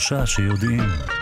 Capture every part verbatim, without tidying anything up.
שלושה שיודעים.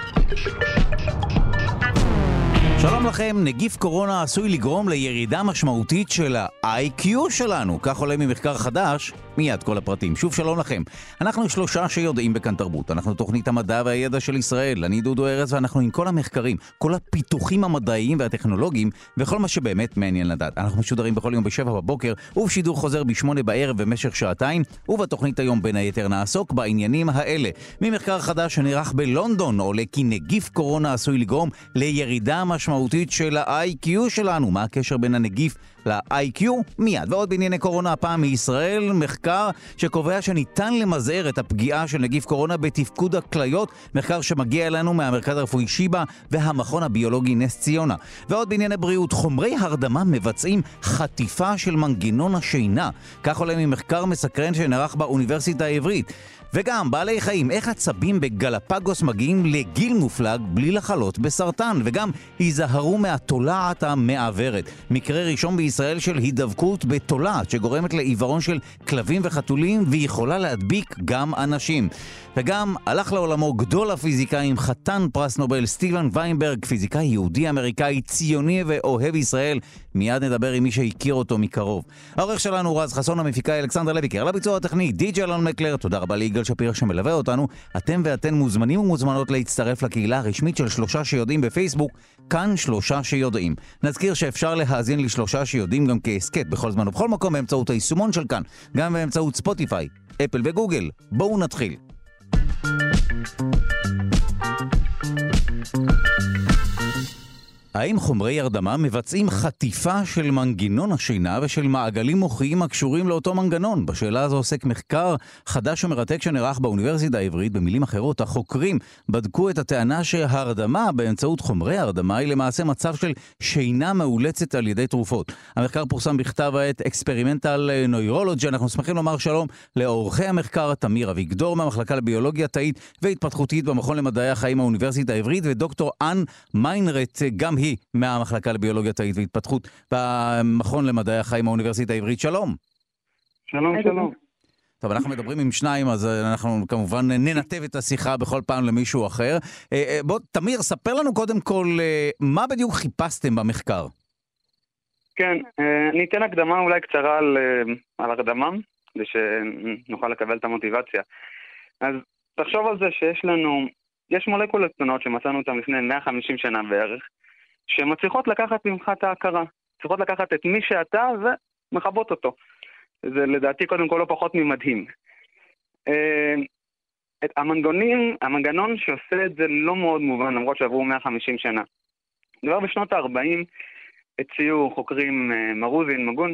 שלום לכם, נגיף קורונה עשוי לגרום לירידה משמעותית של ה-איי קיו שלנו, כך עולה ממחקר חדש, מיד כל הפרטים. שוב שלום לכם, אנחנו שלושה שיודעים בכאן תרבות, אנחנו תוכנית המדע והידע של ישראל, אני דודו ארז ואנחנו עם כל המחקרים, כל הפיתוחים המדעיים והטכנולוגיים וכל מה שבאמת מעניין לדעת. אנחנו משודרים בכל יום בשבע בבוקר ובשידור חוזר בשמונה בערב במשך שעתיים, ובתוכנית היום בין היתר נעסוק בעניינים האלה. ממחקר חדש שנערך בלונדון עולה כי נגיף קורונה עשוי לגרום לירידה משמעותית משמעותית של ה-איי קיו שלנו. מה הקשר בין הנגיף ל-איי קיו? מיד. ועוד בענייני קורונה הפעם מישראל, מחקר שקובע שניתן למזער את הפגיעה של נגיף קורונה בתפקוד הכליות, מחקר שמגיע אלינו מהמרכז הרפואי שיבא והמכון הביולוגי נס ציונה. ועוד בענייני בריאות, חומרי הרדמה מבצעים חטיפה של מנגנון השינה, כך עולה ממחקר מסקרן שנערך באוניברסיטה העברית. וגם בעלי חיים, איך עצבים בגלפגוס מגיעים לגיל מופלג בלי לחלות בסרטן, וגם היזהרו מהתולעת המעוורת, מקרה ראשון בישראל של הידבקות בתולעת שגורמת לעיוורון של כלבים וחתולים ויכולה להדביק גם אנשים. וגם הלך לעולמו גדול הפיזיקאים, חתן פרס נובל סטיבן ויינברג, פיזיקאי יהודי אמריקאי ציוני ואוהב ישראל. מיד נדבר עם מי שהכיר אותו מקרוב. העורך שלנו רז חסון, המפיקאי אלכסנדר לויקר, על הביצוע הטכני די.ג'יי אלון מקלר. תודה רבה ליגאל שפיר שמלווה אותנו. אתם ואתן מוזמנים ומוזמנות להצטרף לקהילה הרשמית של שלושה שיודעים בפייסבוק, כאן שלושה שיודעים. נזכיר שאפשר להאזין לשלושה שיודעים גם כעסקט בכל זמן ובכל מקום באמצעות היישומון של כאן, גם באמצעות ספוטיפיי, אפל וגוגל. בואו נתחיל. האם חומרי הרדמה מבצעים חטיפה של מנגנון השינה ושל מעגלים מוחיים הקשורים לאותו מנגנון? בשאלה הזו עוסק מחקר חדש ומרתק שנערך באוניברסיטה העברית. במילים אחרות, החוקרים בדקו את הטענה שהרדמה באמצעות חומרי הרדמה היא למעשה מצב של שינה מאולצת על ידי תרופות. המחקר פורסם בכתב העת Experimental Neurology. אנחנו שמחים לומר שלום לעורכי המחקר תמיר אביגדור מהמחלקה לביולוגיה תאית והתפתחותית במכון למדעי החיים האוניברסיטה העברית, ודוקטור אן מיינרט, גם היא מהמחלקה לביולוגיה תאית והתפתחות במכון למדעי החיים האוניברסיטה העברית. שלום. שלום, שלום. טוב, אנחנו מדברים עם שניים, אז אנחנו כמובן ננתב את השיחה בכל פעם למישהו אחר. בוא, תמיר, ספר לנו קודם כל מה בדיוק חיפשתם במחקר. כן, אני אתן הקדמה אולי קצרה על, על הרדמה, כדי שנוכל לקבל את המוטיבציה. אז תחשוב על זה שיש לנו, יש מולקולות קטנות שמצאנו אותן לפני מאה וחמישים שנה בערך, שמצליחות לקחת ממך את ההכרה, צריכות לקחת את מי שאתה ומחבות אותו. זה לדעתי קודם כל לא פחות ממדהים. את המנגנונים, המנגנון שעושה את זה לא מאוד מובן, למרות שעברו מאה וחמישים שנה. דבר בשנות ה-ארבעים הציעו חוקרים מרוזין, מגון,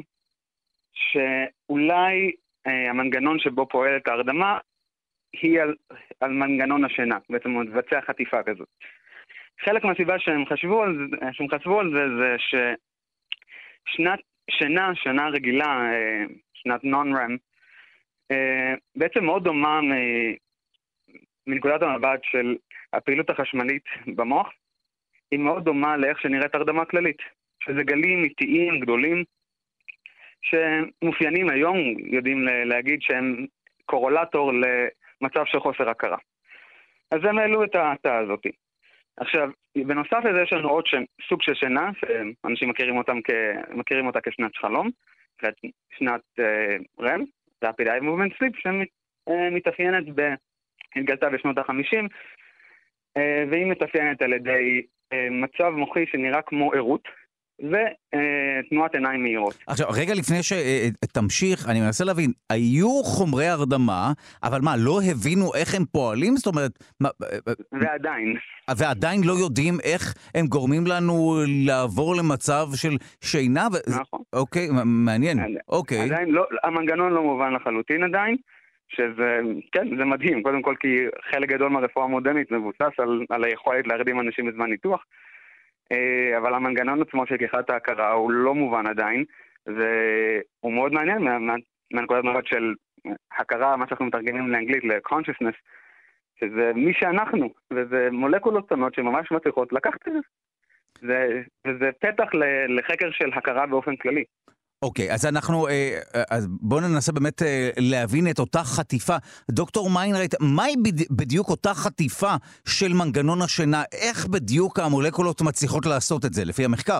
שאולי המנגנון שבו פועלת ההרדמה היא על, על מנגנון השינה, בעצם הוא מבצע חטיפה כזאת. חלק מהסיבה שהם חשבו על זה, שהם חשבו על זה, זה ששנת שינה, שנה רגילה, שנת נון-רם, בעצם מאוד דומה מנקודת המבט של הפעילות החשמלית במוח, היא מאוד דומה לאיך שנראית הרדמה כללית, שזה גלים איטיים גדולים, שמופיינים היום, יודעים להגיד שהם קורולטור למצב של חוסר הכרה. אז הם העלו את ההטה הזאת. עכשיו, בנוסף לזה יש לנו עוד סוג של שינה, שאנשים מכירים, אותם כ... מכירים אותה כשנת חלום, שנת רם, Rapid Eye Movement Sleep, שמתאפיינת, התגלתה בשנות ה-חמישים, והיא מתאפיינת על ידי מצב מוחי שנראה כמו עירות, ותנועת עיניים מהירות. עכשיו, רגע לפני שתמשיך, אני מנסה להבין, היו חומרי הרדמה, אבל מה, לא הבינו איך הם פועלים? זאת אומרת... ועדיין. ועדיין לא יודעים איך הם גורמים לנו לעבור למצב של שינה? נכון. אוקיי, מעניין. אוקיי. עדיין לא, המנגנון לא מובן לחלוטין עדיין, שזה, כן, זה מדהים. קודם כל, כי חלק גדול מהרפואה המודרנית מבוסס על, על היכולת להרדים אנשים בזמן ניתוח, אבל המנגנון עצמו של לקיחת ההכרה הוא לא מובן עדיין, והוא מאוד מעניין מהנקודת מבט של הכרה, מה שאנחנו מתרגמים לאנגלית, ל-consciousness, שזה מי שאנחנו, וזה מולקולות קטנות שממש מצליחות לקחת את זה. וזה פתח לחקר של הכרה באופן כללי. אוקיי, אז אנחנו, אז בואו ננסה באמת להבין את אותה חטיפה. דוקטור מיינרייט, מהי בדיוק אותה חטיפה של מנגנון השינה? איך בדיוק המולקולות מצליחות לעשות את זה, לפי המחקר?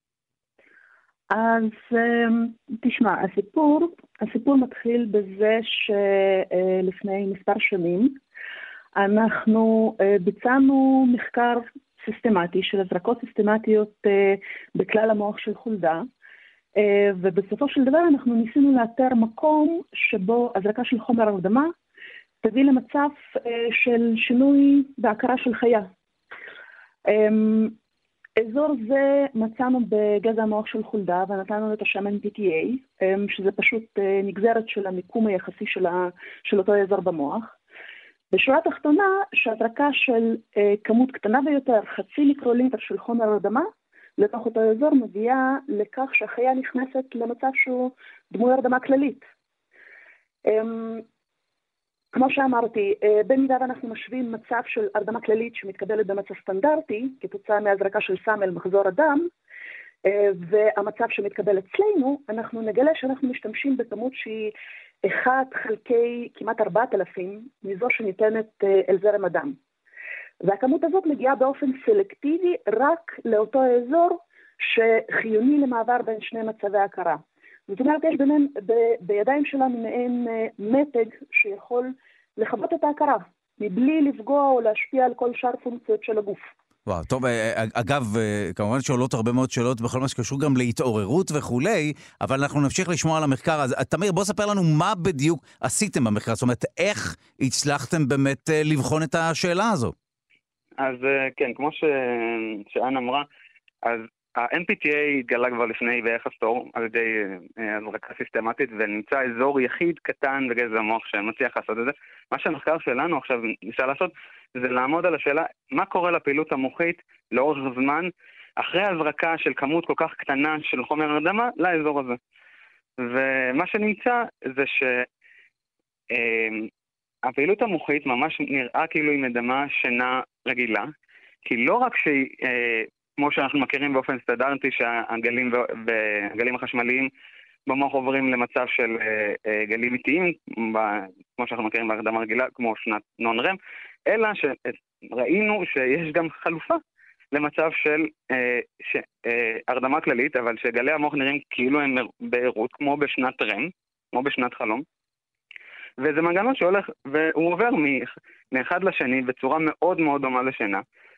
אז תשמע, הסיפור, הסיפור מתחיל בזה שלפני מספר שנים אנחנו ביצענו מחקר סיסטמטי של הזרקות סיסטמטיות בכלל המוח של חולדה, ובסופו של דבר אנחנו ניסינו לאתר מקום שבו הזרקה של חומר הרדמה תביא למצב של שינוי בהכרה של חיה. אזור זה מצאנו בגזע המוח של חולדה ונתנו את השם אן פי טי איי, שזה פשוט נגזרת של המיקום היחסי של, ה, של אותו אזור במוח. בשורה התחתונה, שהזרקה של כמות קטנה ביותר, חצי מיקרוליטר של חומר הרדמה, לתוך אותו אזור מביאה לכך שהחיה נכנסת למצב שהוא דמוי הרדמה כללית. כמו שאמרתי, במידה ואנחנו משווים מצב של הרדמה כללית שמתקבלת במצב סטנדרטי, כתוצאה מהזרקה של סם אל מחזור הדם, והמצב שמתקבל אצלנו, אנחנו נגלה שאנחנו משתמשים בכמות שהיא אחד חלקי כמעט ארבעת אלפים מזו שניתנת אל זרם הדם. והכמות הזאת מגיעה באופן סלקטיבי רק לאותו האזור שחיוני למעבר בין שני מצבי הכרה. זאת אומרת, יש ביניהם, ב, בידיים שלנו מעין מתג שיכול לכבות את ההכרה, מבלי לפגוע או להשפיע על כל שאר פונקציות של הגוף. וואו, טוב, אגב, כמובן שעולות הרבה מאוד שאלות בכל מה שקשור גם להתעוררות וכולי, אבל אנחנו נמשיך לשמוע על המחקר. אז תמיר, בוא ספר לנו מה בדיוק עשיתם במחקר, זאת אומרת, איך הצלחתם באמת לבחון את השאלה הזו? אז כן, כמו ש... שאן אמרה, אז ה-אן פי טי איי התגלה כבר לפני בערך עשור על ידי הזרקה סיסטמטית, ונמצא אזור יחיד קטן בגזע המוח שמצליח לעשות את זה. מה שהמחקר שלנו עכשיו ניסה לעשות, זה לעמוד על השאלה מה קורה לפעילות המוחית לאורך זמן, אחרי הזרקה של כמות כל כך קטנה של חומר הרדמה לאזור הזה. ומה שנמצא זה שהפעילות המוחית ממש נראה כאילו היא מדמה שינה רגילה, כי לא רק שהיא... כמו שאנחנו מכירים באופן סטנדרטי שהגלים והגלים החשמליים במוח עוברים למצב של גלים איטיים, כמו שאנחנו מכירים בהרדמה רגילה, כמו שנת נון רם, אלא שראינו שיש גם חלופה למצב של הרדמה כללית, אבל שגלי המוח נראים כאילו הם בעירות, כמו בשנת רם, כמו בשנת חלום. וזה מנגנון שהולך, והוא עובר מאחד לשני בצורה מאוד מאוד דומה לשינה.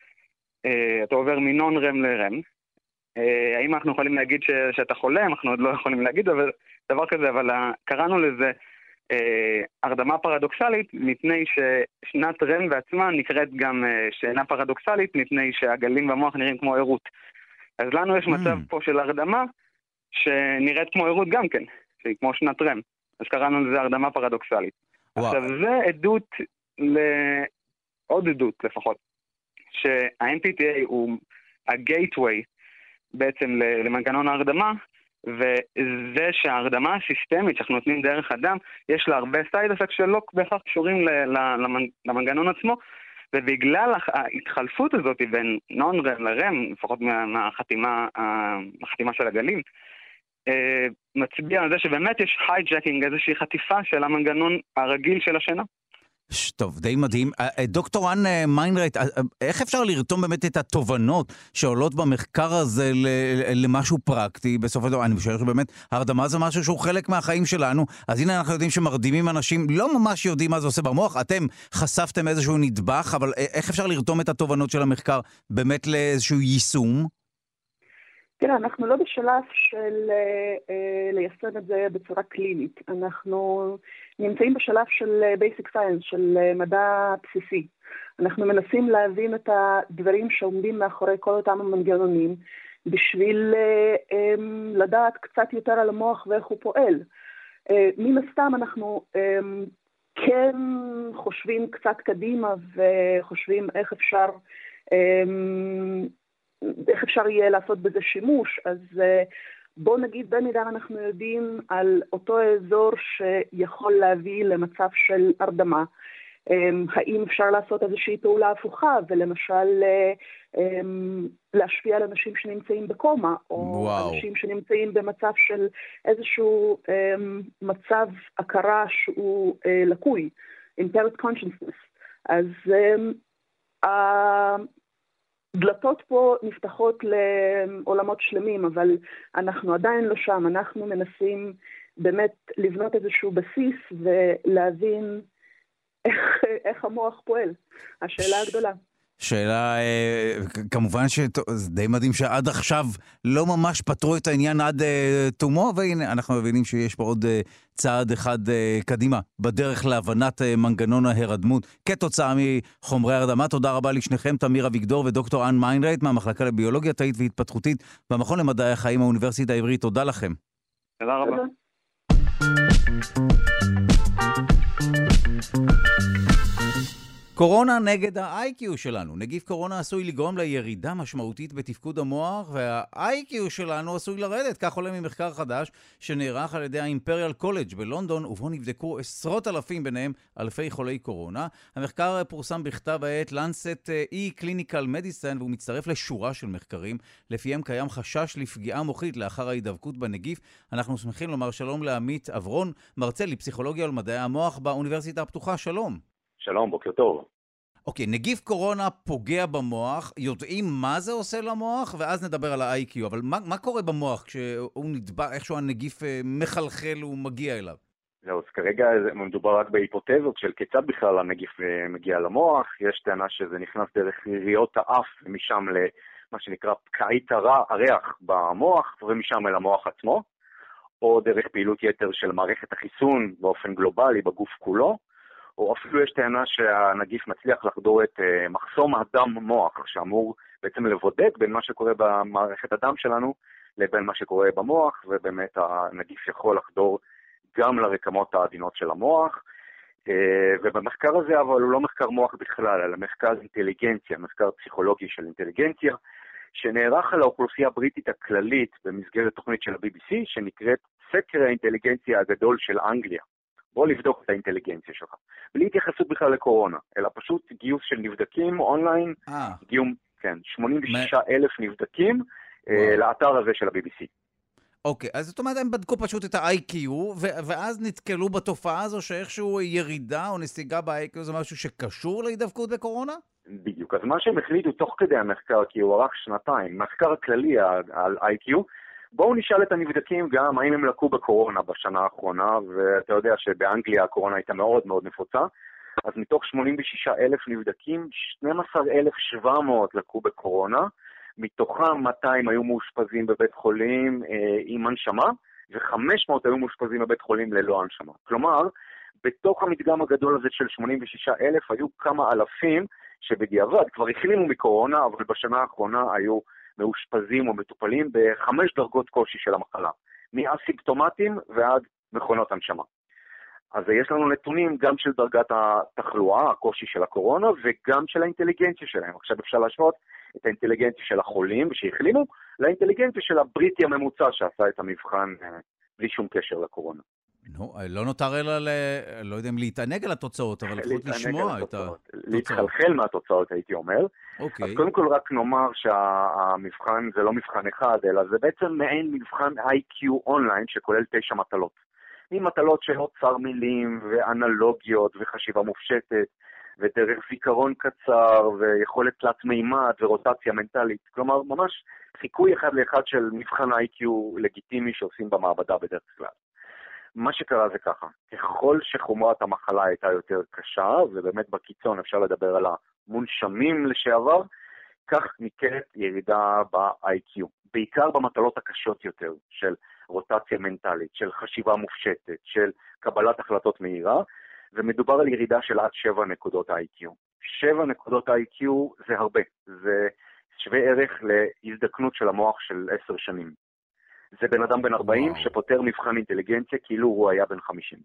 אתה עובר מנון רם לרם. האם אנחנו יכולים להגיד ש, שאתה חולה? אנחנו עוד לא יכולים להגיד אבל, דבר כזה, אבל קראנו לזה הרדמה פרדוקסלית, מפני ששנת רם בעצמה נקראת גם שינה פרדוקסלית, מפני שהגלים במוח נראים כמו עירות. אז לנו יש מצב פה של הרדמה שנראית כמו עירות גם כן, שהיא כמו שנת רם. אז קראנו לזה הרדמה פרדוקסלית. וואו. עכשיו, זה עדות, לעוד עדות לפחות, שה-אן פי טי איי הוא ה-gateway בעצם למנגנון ההרדמה, וזה שההרדמה הסיסטמית שאנחנו נותנים דרך אדם, יש לה הרבה סייד אפקט שלא בהכרח קשורים למנגנון עצמו, ובגלל ההתחלפות הזאת בין נון רם לרם, לפחות מהחתימה, החתימה של הגלים, מצביע על זה שבאמת יש הייג'קינג, איזושהי חטיפה של המנגנון הרגיל של השינה. טוב, די מדהים. דוקטור אן מיינרייט, איך אפשר לרתום באמת את התובנות שעולות במחקר הזה למשהו פרקטי? בסופו של דבר, אני משער שבאמת הרדמה זה משהו שהוא חלק מהחיים שלנו, אז הנה אנחנו יודעים שמרדימים אנשים, לא ממש יודעים מה זה עושה במוח, אתם חשפתם איזשהו נדבך, אבל איך אפשר לרתום את התובנות של המחקר באמת לאיזשהו יישום? תראה, אנחנו לא בשלב של אה, ליישם את זה בצורה קלינית. אנחנו נמצאים בשלב של basic science, של מדע בסיסי. אנחנו מנסים להבין את הדברים שעומדים מאחורי כל אותם המנגנונים, בשביל אה, אה, לדעת קצת יותר על המוח ואיך הוא פועל. אה, מן הסתם אנחנו אה, כן חושבים קצת קדימה, וחושבים איך אפשר... אה, איך אפשר יהיה לעשות בזה שימוש, אז בוא נגיד במידה אנחנו יודעים על אותו אזור שיכול להביא למצב של הרדמה. האם אפשר לעשות איזושהי פעולה הפוכה, ולמשל להשפיע על אנשים שנמצאים בקומה, או וואו. אנשים שנמצאים במצב של איזשהו מצב הכרה שהוא לקוי, impaired consciousness. אז הדלתות פה נפתחות לעולמות שלמים, אבל אנחנו עדיין לא שם. אנחנו מנסים באמת לבנות איזשהו בסיס ולהבין איך, איך המוח פועל. השאלה הגדולה. שאלה, כמובן שזה די מדהים שעד עכשיו לא ממש פתרו את העניין עד תומו, והנה אנחנו מבינים שיש פה עוד צעד אחד קדימה בדרך להבנת מנגנון ההרדמות כתוצאה מחומרי הרדמה. תודה רבה לשניכם, תמיר אביגדור ודוקטור אן מיינרייט מהמחלקה לביולוגיה תאית והתפתחותית במכון למדעי החיים האוניברסיטה העברית. תודה לכם. תודה רבה. קורונה נגד ה-איי קיו שלנו. נגיף קורונה עשוי לגרום לירידה משמעותית בתפקוד המוח, וה-איי קיו שלנו עשוי לרדת. כך עולה ממחקר חדש שנערך על ידי האימפריאל קולג' בלונדון, ובו נבדקו עשרות אלפים, ביניהם אלפי חולי קורונה. המחקר פורסם בכתב העת Lancet E-Clinical Medicine, והוא מצטרף לשורה של מחקרים, לפיהם קיים חשש לפגיעה מוחית לאחר ההידבקות בנגיף. אנחנו שמחים לומר שלום לעמית אברון, מרצה לפסיכולוגיה ולמדעי המוח באוניברסיטה הפתוחה. שלום. שלום, בוקר טוב. אוקיי, נגיף קורונה פוגע במוח, יודעים מה זה עושה למוח, ואז נדבר על ה-איי קיו, אבל מה, מה קורה במוח כשהוא נדבק, איכשהו הנגיף מחלחל ומגיע אליו? זהו, אז כרגע מדובר רק בהיפותזות של כיצד בכלל הנגיף מגיע למוח. יש טענה שזה נכנס דרך ריריות האף, ומשם למה שנקרא פקעית הריח במוח, ומשם אל המוח עצמו, או דרך פעילות יתר של מערכת החיסון באופן גלובלי בגוף כולו, או אפילו יש טענה שהנגיף מצליח לחדור את uh, מחסום הדם מוח, שאמור בעצם לבודד בין מה שקורה במערכת הדם שלנו לבין מה שקורה במוח, ובאמת הנגיף יכול לחדור גם לרקמות העדינות של המוח. Uh, ובמחקר הזה, אבל הוא לא מחקר מוח בכלל, אלא מחקר אינטליגנציה, מחקר פסיכולוגי של אינטליגנציה, שנערך על האוכלוסייה הבריטית הכללית במסגרת תוכנית של ה-בי בי סי, שנקראת סקר האינטליגנציה הגדול של אנגליה. בוא לבדוק את האינטליגנציה שלך. בלי התייחסות בכלל לקורונה, אלא פשוט גיוס של נבדקים אונליין, הגיעו, כן, שמונים ושישה אלף נבדקים לאתר הזה של ה-בי בי סי. אוקיי, אז זאת אומרת, הם בדקו פשוט את ה-איי קיו, ואז נתקלו בתופעה הזו שאיכשהו ירידה או נסיגה ב-איי קיו, זה משהו שקשור להידבקות בקורונה? בדיוק, אז מה שהם החליטו תוך כדי המחקר, כי הוא ארך שנתיים, מחקר הכללי על איי קיו, בואו נשאל את הנבדקים גם האם הם לקו בקורונה בשנה האחרונה, ואתה יודע שבאנגליה הקורונה הייתה מאוד מאוד נפוצה, אז מתוך שמונים ושישה אלף נבדקים, שנים עשר אלף ושבע מאות לקו בקורונה, מתוכם מאתיים היו מאושפזים בבית חולים אה, עם הנשמה, ו-חמש מאות היו מאושפזים בבית חולים ללא הנשמה. כלומר, בתוך המדגם הגדול הזה של שמונים ושישה אלף היו כמה אלפים שבדיעבד כבר החלימו מקורונה, אבל בשנה האחרונה היו מאושפזים או מטופלים בחמש דרגות קושי של המחלה, מאסימפטומטיים ועד מכונות הנשמה. אז יש לנו נתונים גם של דרגת התחלואה, הקושי של הקורונה, וגם של האינטליגנציה שלהם. עכשיו אפשר להשוות את האינטליגנציה של החולים שהחלימו, לאינטליגנציה של הבריטי הממוצע שעשה את המבחן בלי שום קשר לקורונה. נו, לא נותר אלא, ל... לא יודע אם להתענג על התוצאות, אבל לפחות לשמוע את התוצאות. להתחלחל מהתוצאות, הייתי אומר. אוקיי. אז קודם כל רק נאמר שהמבחן זה לא מבחן אחד, אלא זה בעצם מעין מבחן איי קיו אונליין שכולל תשע מטלות. עם מטלות של אוצר מילים ואנלוגיות וחשיבה מופשטת, ודרך זיכרון קצר ויכולת תלת מימד ורוטציה מנטלית. כלומר, ממש חיקוי אחד לאחד של מבחן איי קיו לגיטימי שעושים במעבדה בדרך כלל. מה שקרה זה ככה, ככל שחומרת המחלה הייתה יותר קשה, ובאמת בקיצון אפשר לדבר על המונשמים לשעבר, כך ניכרת ירידה ב-איי קיו, בעיקר במטלות הקשות יותר של רוטציה מנטלית, של חשיבה מופשטת, של קבלת החלטות מהירה, ומדובר על ירידה של עד שבע נקודות איי קיו. שבע נקודות איי קיו זה הרבה, זה שווה ערך להזדקנות של המוח של עשר שנים. זה בן אדם בן ארבעים וואו. שפותר מבחן אינטליגנציה כאילו הוא היה בן חמישים.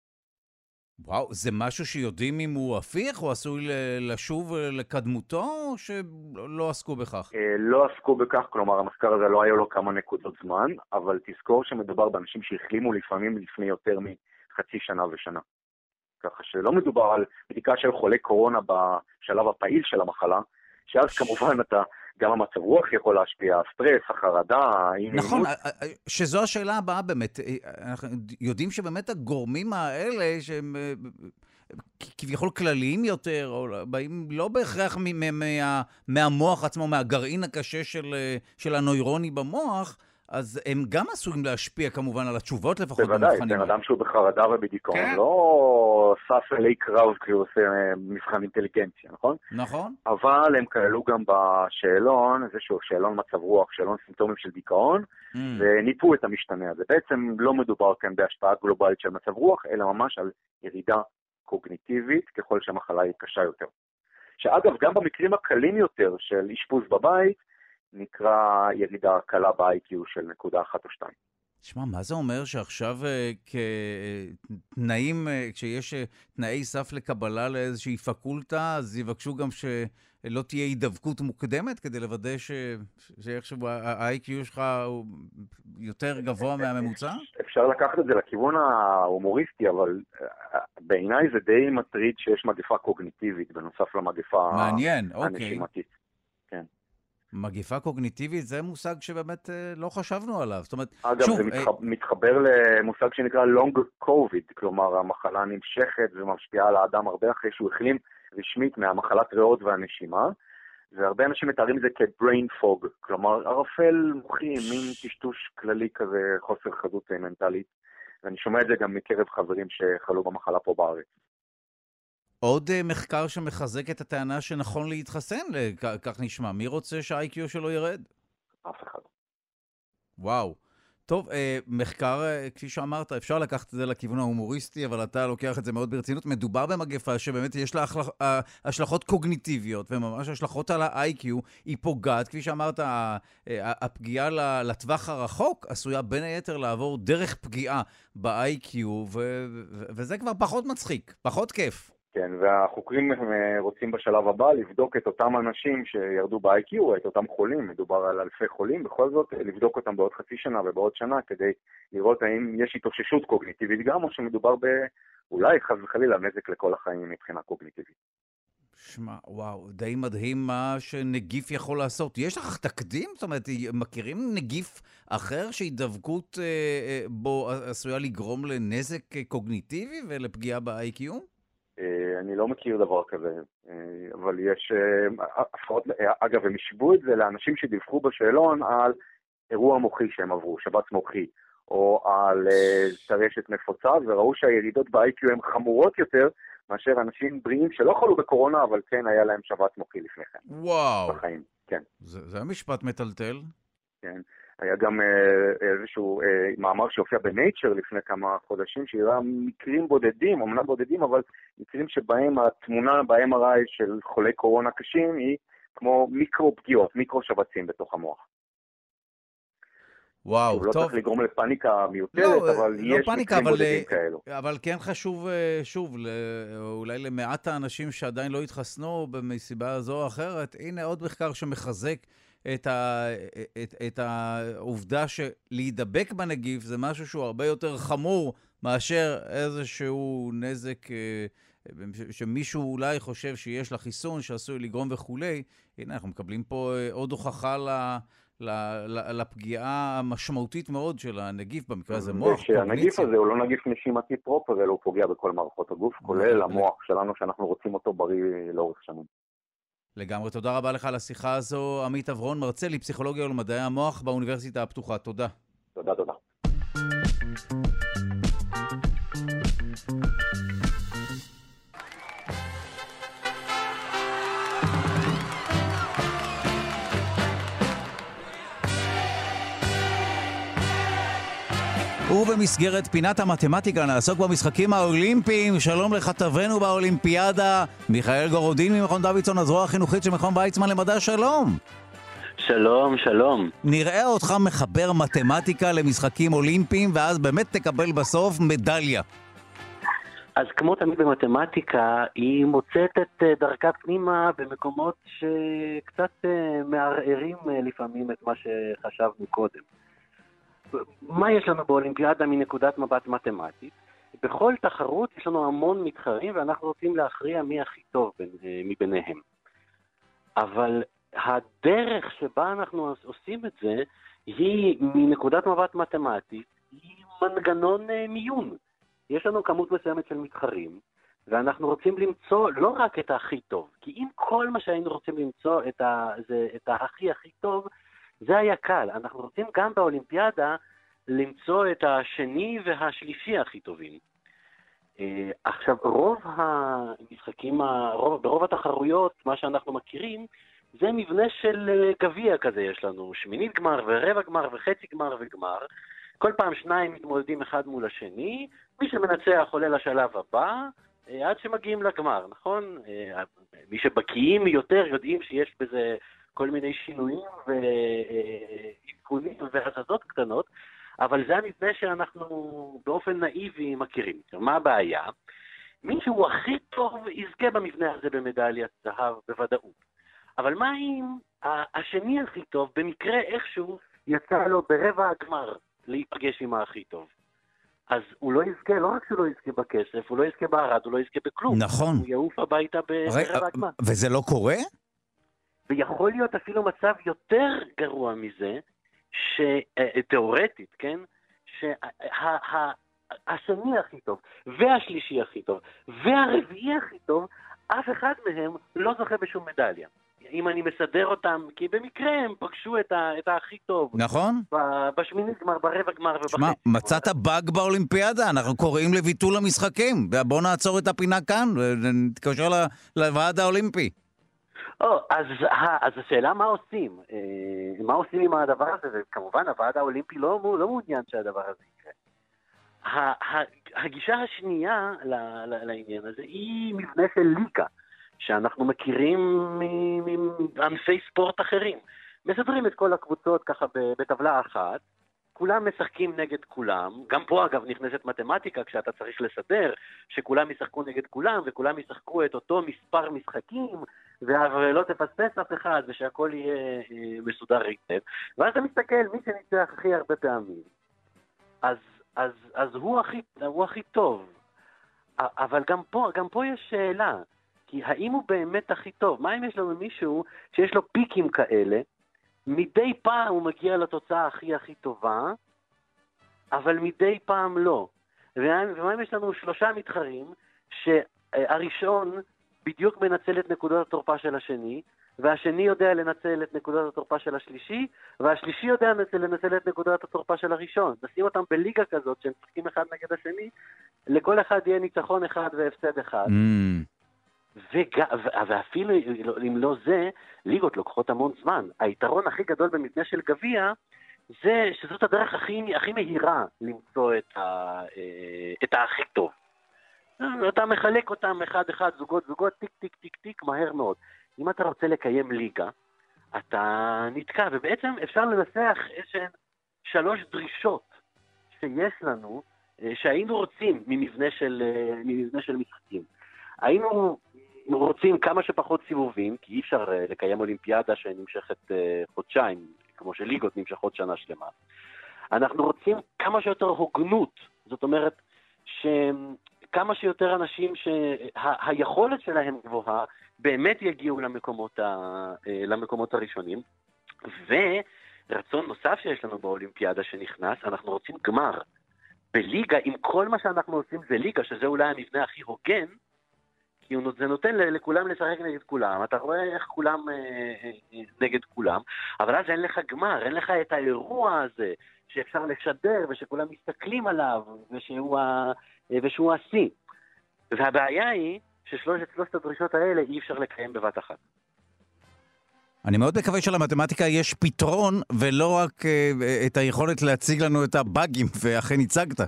וואו, זה משהו שיודעים אם הוא הפיך או עשוי לשוב לקדמותו או שלא עסקו בכך? לא עסקו בכך, כלומר המחקר הזה לא היה לו כמה נקודות זמן, אבל תזכור שמדובר באנשים שהחלימו לפעמים לפני יותר מחצי שנה ושנה. ככה שלא מדובר על בדיקה של חולי קורונה בשלב הפעיל של המחלה, שאז כמובן אתה, גם המצב רוח יכול להשפיע, הסטרס, החרדה, נכון, שזו השאלה הבאה באמת. אנחנו יודעים שבאמת הגורמים האלה שהם כביכול כלליים יותר, או באים לא בהכרח מהמוח עצמו, מהגרעין הקשה של הנוירוני במוח, אז הם גם עשויים להשפיע כמובן על התשובות לפחות במבחנים. בוודאי, בן אדם שהוא בחרדה ובדיכאון, לא סף אלי קרב כי הוא עושה מבחן אינטליגנציה, נכון? נכון. אבל הם כללו גם בשאלון, איזשהו שאלון מצב רוח, שאלון סימפטומים של דיכאון, וניפו את המשתנה הזה. בעצם לא מדובר כאן בהשפעה גלובלית של מצב רוח, אלא ממש על ירידה קוגניטיבית, ככל שהמחלה היא קשה יותר. שאגב, גם במקרים הקלים יותר של אשפוז בבית, נקרא ירידה קלה ב-איי קיו של נקודה אחת או שתיים. תשמע, מה זה אומר שעכשיו כתנאים, כשיש תנאי סף לקבלה לאיזושהי פקולטה, אז יבקשו גם שלא תהיה הידבקות מוקדמת כדי לוודא שאיכשהו ה-איי קיו שלך הוא יותר גבוה מהממוצע? אפשר לקחת את זה לכיוון ההומוריסטי, אבל בעיניי זה די מטריד שיש מגפה קוגניטיבית בנוסף למגפה הנשימתית. כן. מגיפה קוגניטיבית זה מושג שבאמת לא חשבנו עליו. זאת אומרת, אגב, שוב, זה מתחבר, מתחבר למושג שנקרא long covid, כלומר המחלה נמשכת ומשפיעה על האדם הרבה אחרי שהוא החלים רשמית מהמחלת ריאות והנשימה, והרבה אנשים מתארים את זה כ-brain fog, כלומר ערפל מוחי, מין טשטוש כללי כזה, חוסר חדות מנטלית, ואני שומע את זה גם מקרב חברים שחלו במחלה פה בארץ. עוד מחקר שמחזק את הטענה שנכון להתחסן, כך נשמע. מי רוצה שה-איי קיו שלו ירד? אף אחד. וואו. טוב, מחקר, כפי שאמרת, אפשר לקחת את זה לכיוון ההומוריסטי, אבל אתה לוקח את זה מאוד ברצינות. מדובר במגפה שבאמת יש לה השלכות קוגניטיביות, וממש השלכות על ה-איי קיו, היא פוגעת, כפי שאמרת, הפגיעה לטווח הרחוק עשויה בין היתר לעבור דרך פגיעה ב-איי קיו, וזה כבר פחות מצחיק, פחות כיף. כן, והחוקרים רוצים בשלב הבא לבדוק את אותם אנשים שירדו ב-איי קיו, את אותם חולים, מדובר על אלפי חולים, בכל זאת לבדוק אותם בעוד חצי שנה ובעוד שנה, כדי לראות האם יש התאוששות קוגניטיבית גם, או שמדובר באולי חס וחלילה נזק לכל החיים מבחינה קוגניטיבית. שמע, וואו, די מדהים מה שנגיף יכול לעשות. יש לך תקדים? זאת אומרת, מכירים נגיף אחר שהידבקות אה, בו עשויה לגרום לנזק קוגניטיבי ולפגיעה ב-איי קיו? אני לא מכיר דבר כזה, אבל יש, אגב, הם ישבו את זה לאנשים שדיווחו בשאלון על אירוע מוחי שהם עברו, שבץ מוחי, או על טרשת נפוצה, וראו שהירידות ב-איי קיו הן חמורות יותר, מאשר אנשים בריאים שלא חלו בקורונה, אבל כן היה להם שבץ מוחי לפני כן. וואו. בחיים, כן. זה, זה המשפט מטלטל. כן. היה גם איזשהו מאמר שהופיע בנייצ'ר לפני כמה חודשים, שהראה מקרים בודדים, אמנם בודדים, אבל מקרים שבהם התמונה ב-אם אר איי של חולי קורונה קשים היא כמו מיקרו פגיעות, מיקרו שבצים בתוך המוח. וואו, טוב. לא צריך לגרום לפניקה מיותרת, לא, אבל לא יש פניקה, מקרים אבל, בודדים כאלו. אבל כן חשוב, שוב, אולי למעט האנשים שעדיין לא התחסנו מסיבה זו או אחרת, הנה עוד מחקר שמחזק את, ה, את, את העובדה שלהידבק בנגיף זה משהו שהוא הרבה יותר חמור מאשר איזשהו נזק שמישהו אולי חושב שיש לחיסון שעשוי לגרום וכולי. הנה, אנחנו מקבלים פה עוד הוכחה ל, ל, ל, לפגיעה המשמעותית מאוד של הנגיף, במקרה הזה מוח, קוגניציה. הנגיף הזה הוא לא נגיף נשימתי פרופר, אלא הוא פוגע בכל מערכות הגוף, כולל המוח שלנו שאנחנו רוצים אותו בריא לאורך שנים. לגמרי, תודה רבה לך על השיחה הזו. עמית אברון, מרצה לפסיכולוגיה ולמדעי המוח באוניברסיטה הפתוחה. תודה. תודה, תודה. ובמסגרת פינת המתמטיקה נעסוק במשחקים האולימפיים. שלום לכתבנו באולימפיאדה, מיכאל גורודין ממכון דוידסון, הזרוע החינוכית של מכון ויצמן למדע. שלום. שלום, שלום. נראה אותך מחבר מתמטיקה למשחקים אולימפיים, ואז באמת תקבל בסוף מדליה. אז כמו תמיד במתמטיקה, היא מוצאת את דרכה פנימה במקומות שקצת מערערים לפעמים את מה שחשבנו קודם. מה יש לנו באולימפיאדה מנקודת מבט מתמטית? בכל תחרות יש לנו המון מתחרים, ואנחנו רוצים להכריע מי הכי טוב בין, מביניהם. אבל הדרך שבה אנחנו עושים את זה, היא מנקודת מבט מתמטית, היא מנגנון מיון. יש לנו כמות מסוימת של מתחרים, ואנחנו רוצים למצוא לא רק את הכי טוב, כי אם כל מה שהיינו רוצים למצוא את, ה, זה, את הכי הכי טוב, זה היה קל. אנחנו רוצים גם באולימפיאדה למצוא את השני והשלישי הכי טובים. עכשיו, רוב המשחקים, הרוב, ברוב התחרויות, מה שאנחנו מכירים, זה מבנה של גביע כזה יש לנו, שמינית גמר ורבע גמר וחצי גמר וגמר. כל פעם שניים מתמודדים אחד מול השני, מי שמנצח עולה לשלב הבא, עד שמגיעים לגמר, נכון? מי שבקיאים יותר יודעים שיש בזה כל מיני שינויים ועדכונים והזזות קטנות, אבל זה המבנה שאנחנו באופן נאיבי מכירים. מה הבעיה? מי שהוא הכי טוב יזכה במבנה הזה במדליית זהב בוודאות. אבל מה אם השני הכי טוב במקרה איכשהו יצא לו ברבע הגמר להיפגש עם הכי טוב? אז הוא לא יזכה, לא רק שהוא לא יזכה בכסף, הוא לא יזכה בערד, הוא לא יזכה בכלום. נכון. הוא יעוף הביתה ברבע הגמר. וזה לא קורה? ויכול להיות אפילו מצב יותר גרוע מזה, שתיאורטית, כן? שהשני הכי טוב, והשלישי הכי טוב, והרביעי הכי טוב, אף אחד מהם לא זוכה בשום מדליה. אם אני מסדר אותם, כי במקרה הם פגשו את, ה, את הכי טוב. נכון. בשמינית גמר, ברבע גמר ובחצי. שמה, מצאת באג באולימפיאדה, אנחנו קוראים לביטול המשחקים. בואו נעצור את הפינה כאן, ונתקשר לוועד האולימפי. או, אז, אז השאלה מה עושים? מה עושים עם הדבר הזה? וכמובן, הוועד האולימפי לא, לא מעוניין שהדבר הזה יקרה. הגישה השנייה לעניין הזה היא מבנה של ליגה. שאנחנו מכירים מענפי ספורט אחרים. מסדרים את כל הקבוצות ככה בטבלה אחת, כולם משחקים נגד כולם, גם פה אגב נכנסת מתמטיקה כשאתה צריך לסדר, שכולם ישחקו נגד כולם, וכולם ישחקו את אותו מספר משחקים, ולא תפספס אף אחד, ושהכל יהיה מסודר היטב. ואז אתה מסתכל, מי שניצח הכי הרבה פעמים, אז, אז, אז הוא הכי, הוא הכי טוב. אבל גם פה, גם פה יש שאלה, כי האם הוא באמת הכי טוב? מה אם יש לנו מישהו שיש לו פיקים כאלה, מדי פעם הוא מגיע לתוצאה הכי הכי טובה, אבל מדי פעם לא. ומה אם יש לנו שלושה מתחרים, שהראשון בדיוק מנצל את נקודות התורפה של השני, והשני יודע לנצל את נקודות התורפה של השלישי, והשלישי יודע לנצל את נקודות התורפה של הראשון. נשים אותם בליגה כזאת, שהם משחקים אחד נגד השני, לכל אחד יהיה ניצחון אחד והפסד אחד. Mm. וג... ואפילו אם לא זה, ליגות לוקחות המון זמן. היתרון הכי גדול במבנה של גביע, זה שזאת הדרך הכי, הכי מהירה למצוא את, ה... את הכי טוב. אתה מחלק אותם אחד אחד, זוגות זוגות, טיק טיק טיק טיק, מהר מאוד. אם אתה רוצה לקיים ליגה, אתה נתקע, ובעצם אפשר לנסח איזשהן שלוש דרישות שיש לנו, שהיינו רוצים ממבנה של, ממבנה של משחקים. היינו רוצים כמה שפחות סיבובים, כי אי אפשר לקיים אולימפיאדה שנמשכת חודשיים, כמו שליגות נמשכות שנה שלמה. אנחנו רוצים כמה שיותר הוגנות, זאת אומרת שכמה שיותר אנשים שהיכולת שלהם גבוהה, באמת יגיעו למקומות, ה... למקומות הראשונים, ורצון נוסף שיש לנו באולימפיאדה שנכנס, אנחנו רוצים גמר. בליגה, אם כל מה שאנחנו עושים זה ליגה, שזה אולי המבנה הכי הוגן, כי זה נותן לכולם לשחק נגד כולם, אתה רואה איך כולם נגד כולם, אבל אז אין לך גמר, אין לך את האירוע הזה, שאפשר לשדר ושכולם מסתכלים עליו, ושהוא, ושהוא השיא. והבעיה היא ששלושת שלושת הדרישות האלה אי אפשר לקיים בבת אחת. אני מאוד מקווה שלמתמטיקה יש פתרון, ולא רק את היכולת להציג לנו את הבאגים, ואכן הצגת.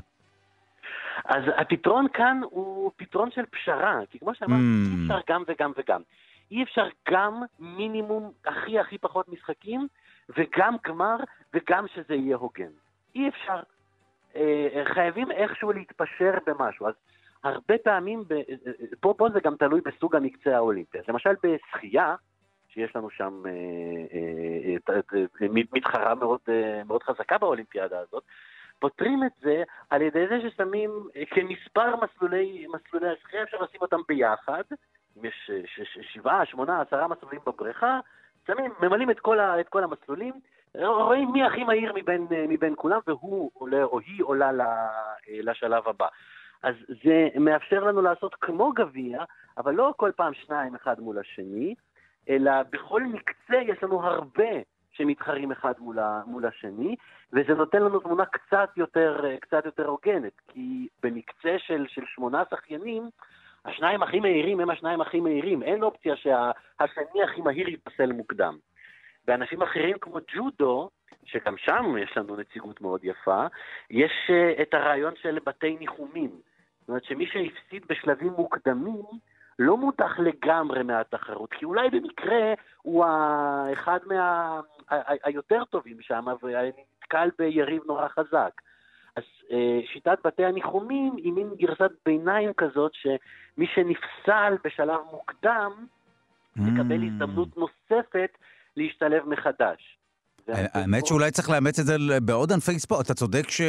אז הפתרון כאן הוא פתרון של פשרה, כי כמו שאמרת, mm. אי אפשר גם וגם וגם. אי אפשר גם מינימום הכי הכי פחות משחקים, וגם גמר, וגם שזה יהיה הוגן. אי אפשר. אה, חייבים איכשהו להתפשר במשהו. אז הרבה פעמים, ב, פה, פה זה גם תלוי בסוג המקצוע האולימפי. למשל בשחייה, שיש לנו שם אה, אה, אה, מתחרה מאוד, אה, מאוד חזקה באולימפיאדה הזאת, פותרים את זה על ידי זה ששמים כמספר מסלולי, מסלולי השחייה, אפשר לשים אותם ביחד, אם יש שבעה, שמונה, עשרה מסלולים בבריכה, שמים, ממלאים את כל, ה, את כל המסלולים, רואים מי הכי מהיר מבין, מבין כולם, והוא עולה או היא עולה לשלב הבא. אז זה מאפשר לנו לעשות כמו גביע, אבל לא כל פעם שניים אחד מול השני, אלא בכל מקצה יש לנו הרבה שמתחרים אחד מול, ה, מול השני, וזה נותן לנו תמונה קצת יותר, קצת יותר הוגנת, כי במקצה של, של שמונה שחיינים, השניים הכי מהירים הם השניים הכי מהירים, אין אופציה שהשני הכי מהיר יפסל מוקדם. באנשים אחרים כמו ג'ודו, שגם שם יש לנו נציגות מאוד יפה, יש uh, את הרעיון של בתי ניחומים. זאת אומרת שמי שהפסיד בשלבים מוקדמים, לא מותח לגמרי מהתחרות, כי אולי במקרה הוא אחד מה... היותר טובים שם, ונתקל ביריב נורא חזק. אז uh, שיטת בתי הניחומים היא מין גרסת ביניים כזאת, שמי שנפסל בשלב מוקדם, מקבל mm. הזדמנות נוספת להשתלב מחדש. האמת שאולי צריך לאמץ את זה בעוד ענפי ספורט. אתה צודק ש...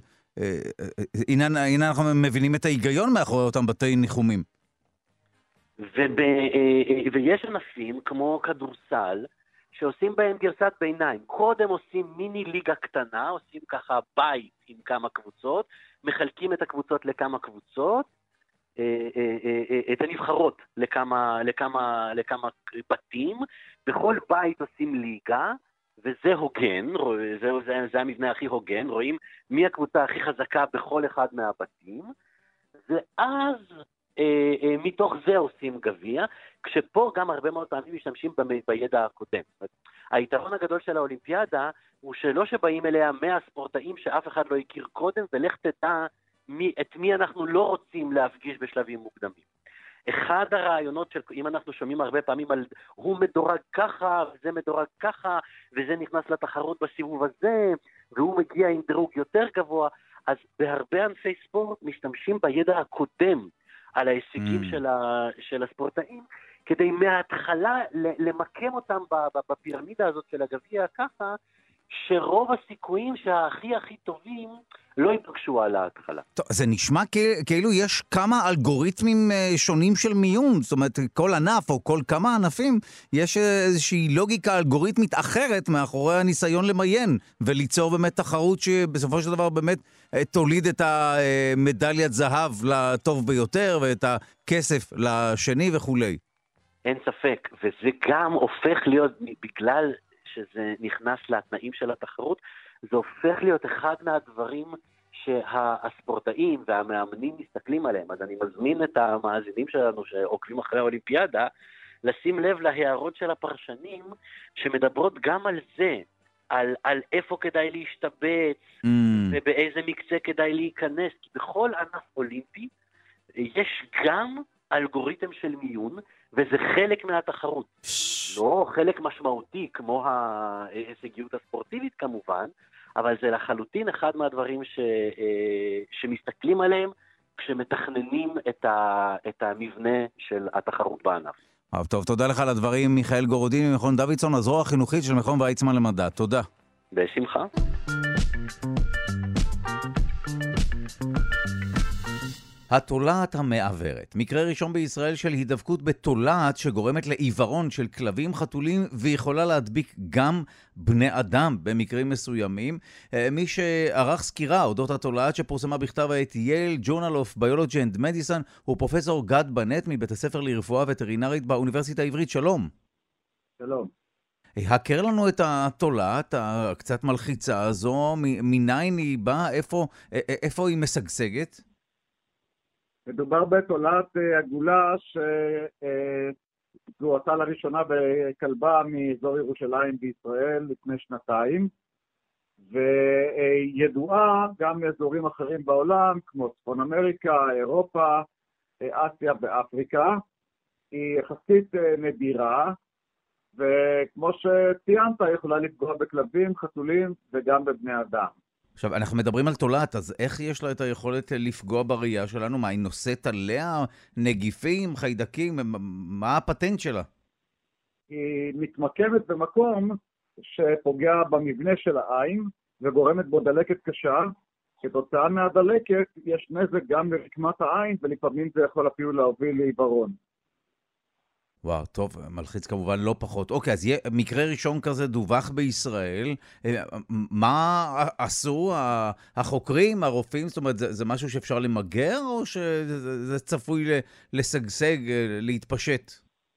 הנה אנחנו מבינים את ההיגיון מאחורי אותם בתי ניחומים. ויש ענפים כמו כדורסל, שעושים בהם גרסת ביניים. קודם עושים מיני ליגה קטנה, עושים ככה בית עם כמה קבוצות, מחלקים את הקבוצות לכמה קבוצות, את הנבחרות לכמה, לכמה, לכמה בתים, בכל בית עושים ליגה, וזה הוגן, זה, זה, זה המבנה הכי הוגן, רואים מי הקבוצה הכי חזקה בכל אחד מהבתים, ואז אה, אה, מתוך זה עושים גביע, כשפה גם הרבה מאוד פעמים משתמשים ב, בידע הקודם. היתרון הגדול של האולימפיאדה הוא שלא שבאים אליה מאה ספורטאים שאף אחד לא הכיר קודם, ולך תדע מי, את מי אנחנו לא רוצים להפגיש בשלבים מוקדמים. אחד הרעיונות של, אם אנחנו שומעים הרבה פעמים על הוא מדורג ככה, וזה מדורג ככה, וזה נכנס לתחרות בסיבוב הזה, והוא מגיע עם דירוג יותר גבוה, אז בהרבה ענפי ספורט משתמשים בידע הקודם על ההישגים mm. של, ה, של הספורטאים, כדי מההתחלה למקם אותם בפירמידה הזאת של הגביע ככה, שרוב הסיכויים שהכי הכי טובים לא יתרגשו על ההתחלה. טוב, זה נשמע כאילו יש כמה אלגוריתמים שונים של מיון, זאת אומרת, כל ענף או כל כמה ענפים, יש איזושהי לוגיקה אלגוריתמית אחרת מאחורי הניסיון למיין, וליצור באמת תחרות שבסופו של דבר באמת תוליד את המדליית זהב לטוב ביותר, ואת הכסף לשני וכולי. אין ספק, וזה גם הופך להיות, בגלל שזה נכנס לתנאים של התחרות, זה הופך להיות אחד מהדברים שהספורטאים והמאמנים מסתכלים עליהם. אז אני מזמין את המאזינים שלנו שעוקבים אחרי האולימפיאדה, לשים לב להערות של הפרשנים שמדברות גם על זה, על, על איפה כדאי להשתבץ, mm. ובאיזה מקצה כדאי להיכנס, כי בכל ענף אולימפי יש גם אלגוריתם של מיון, וזה חלק מהתחרות. לא חלק משמעותי כמו ההישגיות הספורטיבית כמובן, אבל זה לחלוטין אחד מהדברים ש, שמסתכלים עליהם כשמתכננים את, ה, את המבנה של התחרות בענף. טוב, תודה לך על הדברים, מיכאל גורודין ממכון דוידסון, הזרוע החינוכית של מכון ויצמן למדע. תודה. בשמחה. התולעת המעוורת, מקרה ראשון בישראל של הידבקות בתולעת שגורמת לעיוורון של כלבים, חתולים, ויכולה להדביק גם בני אדם במקרים מסוימים. מי שערך סקירה אודות התולעת שפורסמה בכתב העת Yale Journal of Biology and Medicine הוא פרופסור גד בנט מבית הספר לרפואה וטרינרית באוניברסיטה העברית. שלום. שלום. הכר לנו את התולעת הקצת מלחיצה הזו, מניין היא באה, איפה, איפה היא משגשגת? מדובר בתולעת עגולה שזוהתה לראשונה בכלבה מאזור ירושלים בישראל לפני שנתיים, וידועה גם מאזורים אחרים בעולם, כמו צפון אמריקה, אירופה, אסיה ואפריקה. היא יחסית נדירה, וכמו שציינת, היא יכולה לפגוע בכלבים, חתולים וגם בבני אדם. עכשיו, אנחנו מדברים על תולעת, אז איך יש לה את היכולת לפגוע בראייה שלנו? מה, היא נושאת עליה נגיפים, חיידקים? מה הפטנט שלה? היא מתמקמת במקום שפוגע במבנה של העין וגורמת בו דלקת קשה, כתוצאה מהדלקת יש נזק גם לרקמת העין, ולפעמים זה יכול אפילו להוביל לעיוורון. וואו, טוב, מלחיץ כמובן לא פחות. אוקיי, אז יהיה, מקרה ראשון כזה דווח בישראל. מה עשו החוקרים, הרופאים? זאת אומרת, זה, זה משהו שאפשר למגר, או שזה זה צפוי לשגשג, להתפשט?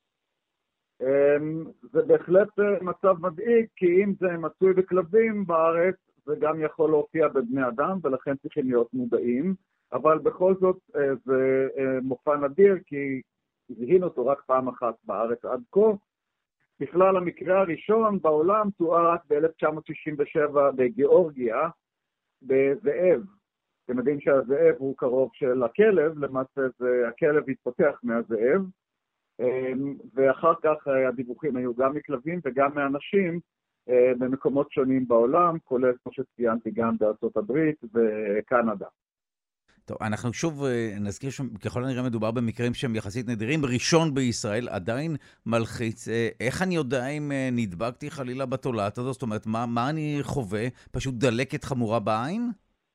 זה בהחלט מצב מדאיג, כי אם זה מצוי בכלבים בארץ, זה גם יכול להופיע בבני אדם, ולכן צריכים להיות מודעים. אבל בכל זאת זה מופע נדיר, כי זיהינו אותו רק פעם אחת בארץ עד כה. בכלל המקרה הראשון בעולם תואר רק ב-אלף תשע מאות שישים ושבע בגיאורגיה, בזאב. אתם יודעים שהזאב הוא קרוב של הכלב, למעשה זה, הכלב התפתח מהזאב, ואחר כך הדיווחים היו גם מכלבים וגם מאנשים במקומות שונים בעולם, כולל כמו שציינתי גם בארצות הברית וקנדה. טוב, אנחנו שוב נזכיר שככל הנראה מדובר במקרים שהם יחסית נדירים. ראשון בישראל עדיין מלחיץ. איך אני יודע אם נדבקתי חלילה בתולעת הזאת? זאת אומרת, מה, מה אני חווה? פשוט דלקת חמורה בעין?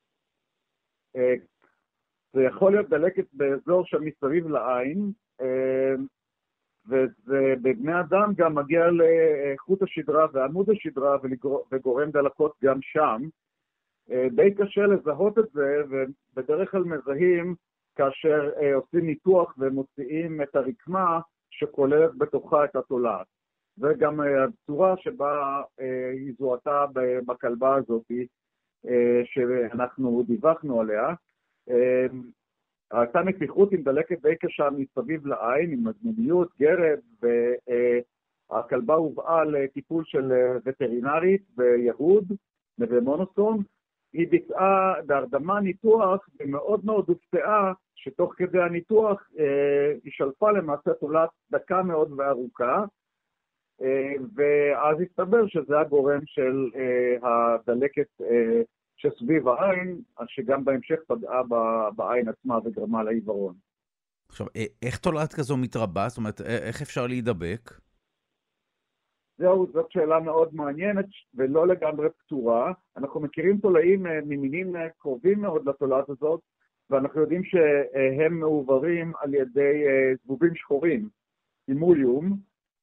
זה יכול להיות דלקת באזור שמסביב לעין, ובבני אדם גם מגיע לחוט השדרה ועמוד השדרה וגורם דלקות גם שם. די קשה לזהות את זה, ובדרך כלל מזהים כאשר עושים ניתוח ומוציאים את הרקמה שכוללת בתוכה את התולעת. וגם הצורה שבה היא זוהתה בכלבה הזאת, שאנחנו דיווחנו עליה, הייתה נפיחות עם דלקת די קשה מסביב לעין, עם מדמוניות, גרב, והכלבה הובאה לטיפול של וטרינרית ביהוד, נווה מונוסון. היא ביצעה בהרדמה ניתוח ומאוד מאוד הופתעה שתוך כדי הניתוח אה, היא שלפה למעשה תולעת דקה מאוד וארוכה, אה, ואז הסתבר שזה הגורם של אה, הדלקת אה, שסביב העין, שגם בהמשך פגעה בעין עצמה וגרמה לעיוורון. עכשיו, איך תולעת כזו מתרבה? זאת אומרת, איך אפשר להידבק? זהו, זאת שאלה מאוד מעניינת ולא לגמרי פתורה. אנחנו מכירים תולעים ממינים קרובים מאוד לתולעת הזאת, ואנחנו יודעים שהם מעוברים על ידי זבובים שחורים, אימוליום,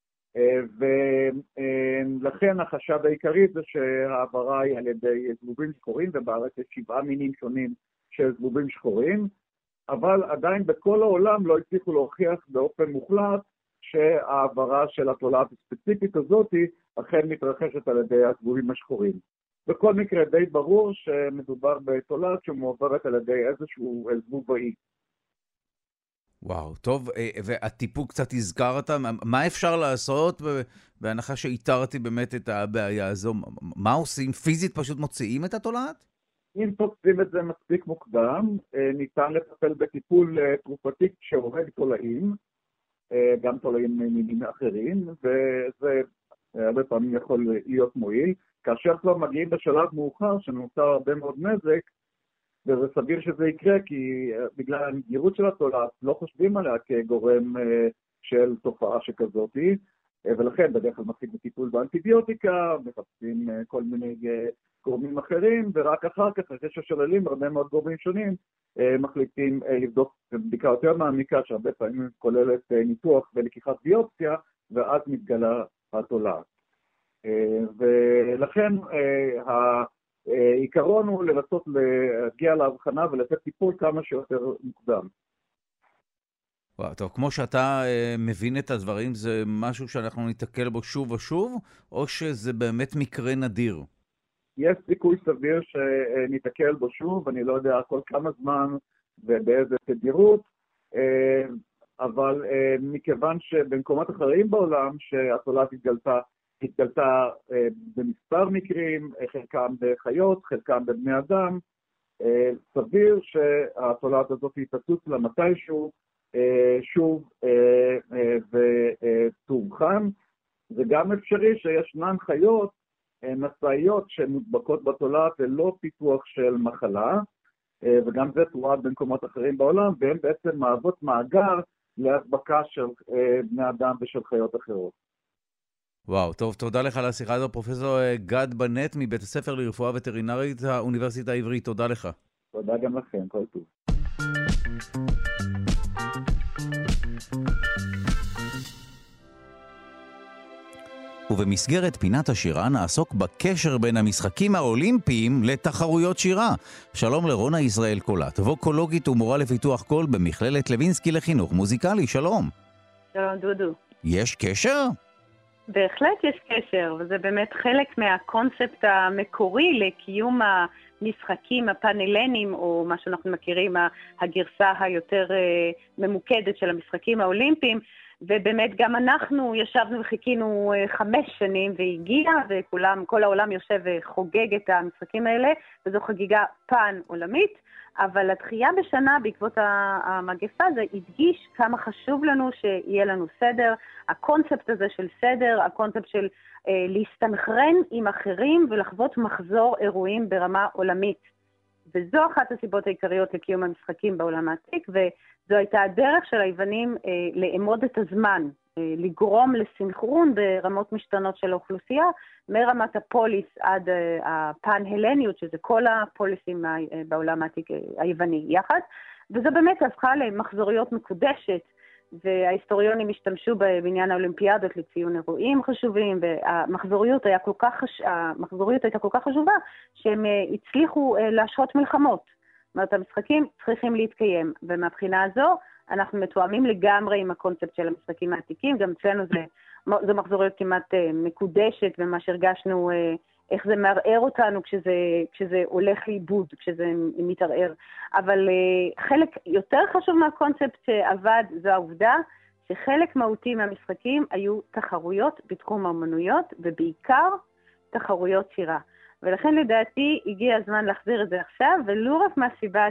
ולכן החשד העיקרי זה שהעברה היא על ידי זבובים שחורים, ובארץ יש שבעה מינים שונים של זבובים שחורים, אבל עדיין בכל העולם לא הצליחו להוכיח באופן מוחלט שהעברה של התולעת הספציפית הזאת אכן מתרחשת על ידי הזבובים השחורים. בכל מקרה די ברור שמדובר בתולעת שמועברת על ידי איזשהו זבוב באי. וואו, טוב, והטיפול קצת הזכרת, מה אפשר לעשות בהנחה שאיתרתי באמת את הבעיה הזו? מה עושים? פיזית פשוט מוציאים את התולעת? אם תוצאים את זה מספיק מוקדם, ניתן לטפל בטיפול תרופתי שהורג תולעים, גם תולעים מינים אחרים, וזה הרבה פעמים יכול להיות מועיל. כאשר כבר מגיעים בשלב מאוחר שנוצר הרבה מאוד נזק, וזה סביר שזה יקרה, כי בגלל הנגירות של התולעת לא חושבים עליה כגורם של תופעה שכזאת, ולכן בדרך כלל מתחילים בטיפול באנטיביוטיקה, מחפשים כל מיני גורמים אחרים, ורק אחר כך, אחרי ששוללים הרבה מאוד גורמים שונים, מחליטים לבדוק בדיקה יותר מעמיקה, שהרבה פעמים כוללת ניתוח ולקיחת ביופסיה, ואז מתגלה התולעת. ולכן העיקרון הוא לנסות להגיע להבחנה ולתת טיפול כמה שיותר מוקדם. וואו, טוב, כמו שאתה אה, מבין את הדברים, זה משהו שאנחנו ניתקל בו שוב ושוב, או שזה באמת מקרה נדיר? יש סיכוי סביר שניתקל בו שוב, אני לא יודע כל כמה זמן ובאיזה תדירות, אה, אבל אה, מכיוון שבמקומות אחרים בעולם שהתולעת התגלתה, התגלתה אה, במספר מקרים, חלקם בחיות, חלקם בבני אדם, אה, סביר שהתולעת הזאת תצוץ לה מתישהו, שוב ותורחן. זה גם אפשרי שישנן חיות נשאיות שמודבקות בתולעת ללא פיתוח של מחלה, וגם זה תועד במקומות אחרים בעולם, והן בעצם מהוות מאגר להדבקה של בני אדם ושל חיות אחרות. וואו, טוב, תודה לך על השיחה הזו, פרופסור גד בנט מבית הספר לרפואה וטרינרית, האוניברסיטה העברית, תודה לך. תודה גם לכם, כל טוב. ובמסגרת פינת השירה נעסוק בקשר בין המשחקים האולימפיים לתחרויות שירה. שלום לרונה ישראל קולט, ווקולוגית ומורה לפיתוח קול במכללת לוינסקי לחינוך מוזיקלי. שלום. שלום דודו. יש קשר? בהחלט יש קשר, וזה באמת חלק מהקונספט המקורי לקיום המשחקים הפאנלנים, או מה שאנחנו מכירים, הגרסה היותר ממוקדת של המשחקים האולימפיים, ובאמת גם אנחנו ישבנו וחיכינו חמש שנים והגיע, וכולם, כל העולם יושב וחוגג את המשחקים האלה, וזו חגיגה פן עולמית, אבל הדחייה בשנה בעקבות המגפה זה הדגיש כמה חשוב לנו שיהיה לנו סדר, הקונספט הזה של סדר, הקונספט של אה, להסתנכרן עם אחרים ולחוות מחזור אירועים ברמה עולמית. וזו אחת הסיבות העיקריות לקיום המשחקים בעולם העתיק, וזו הייתה הדרך של היוונים אה, לאמוד את הזמן, אה, לגרום לסינכרון ברמות משתנות של האוכלוסייה, מרמת הפוליס עד אה, הפן-הלניות, שזה כל הפוליסים אה, בעולם העתיק אה, היווני יחד, וזו באמת הפכה למחזוריות מקודשת, וההיסטוריונים השתמשו בעניין האולימפיאדות לציון אירועים חשובים, והמחזוריות היה כל כך, המחזוריות הייתה כל כך חשובה, שהם הצליחו להשהות מלחמות. זאת אומרת, המשחקים צריכים להתקיים, ומהבחינה הזו אנחנו מתואמים לגמרי עם הקונספט של המשחקים העתיקים, גם אצלנו זה, זו מחזוריות כמעט מקודשת, ומה שהרגשנו איך זה מערער אותנו כשזה, כשזה הולך לאיבוד, כשזה מתערער. אבל uh, חלק יותר חשוב מהקונספט שעבד זו העובדה שחלק מהותי מהמשחקים היו תחרויות בתחום האמנויות, ובעיקר תחרויות שירה. ולכן לדעתי הגיע הזמן להחזיר את זה עכשיו, ולא רק מהסיבה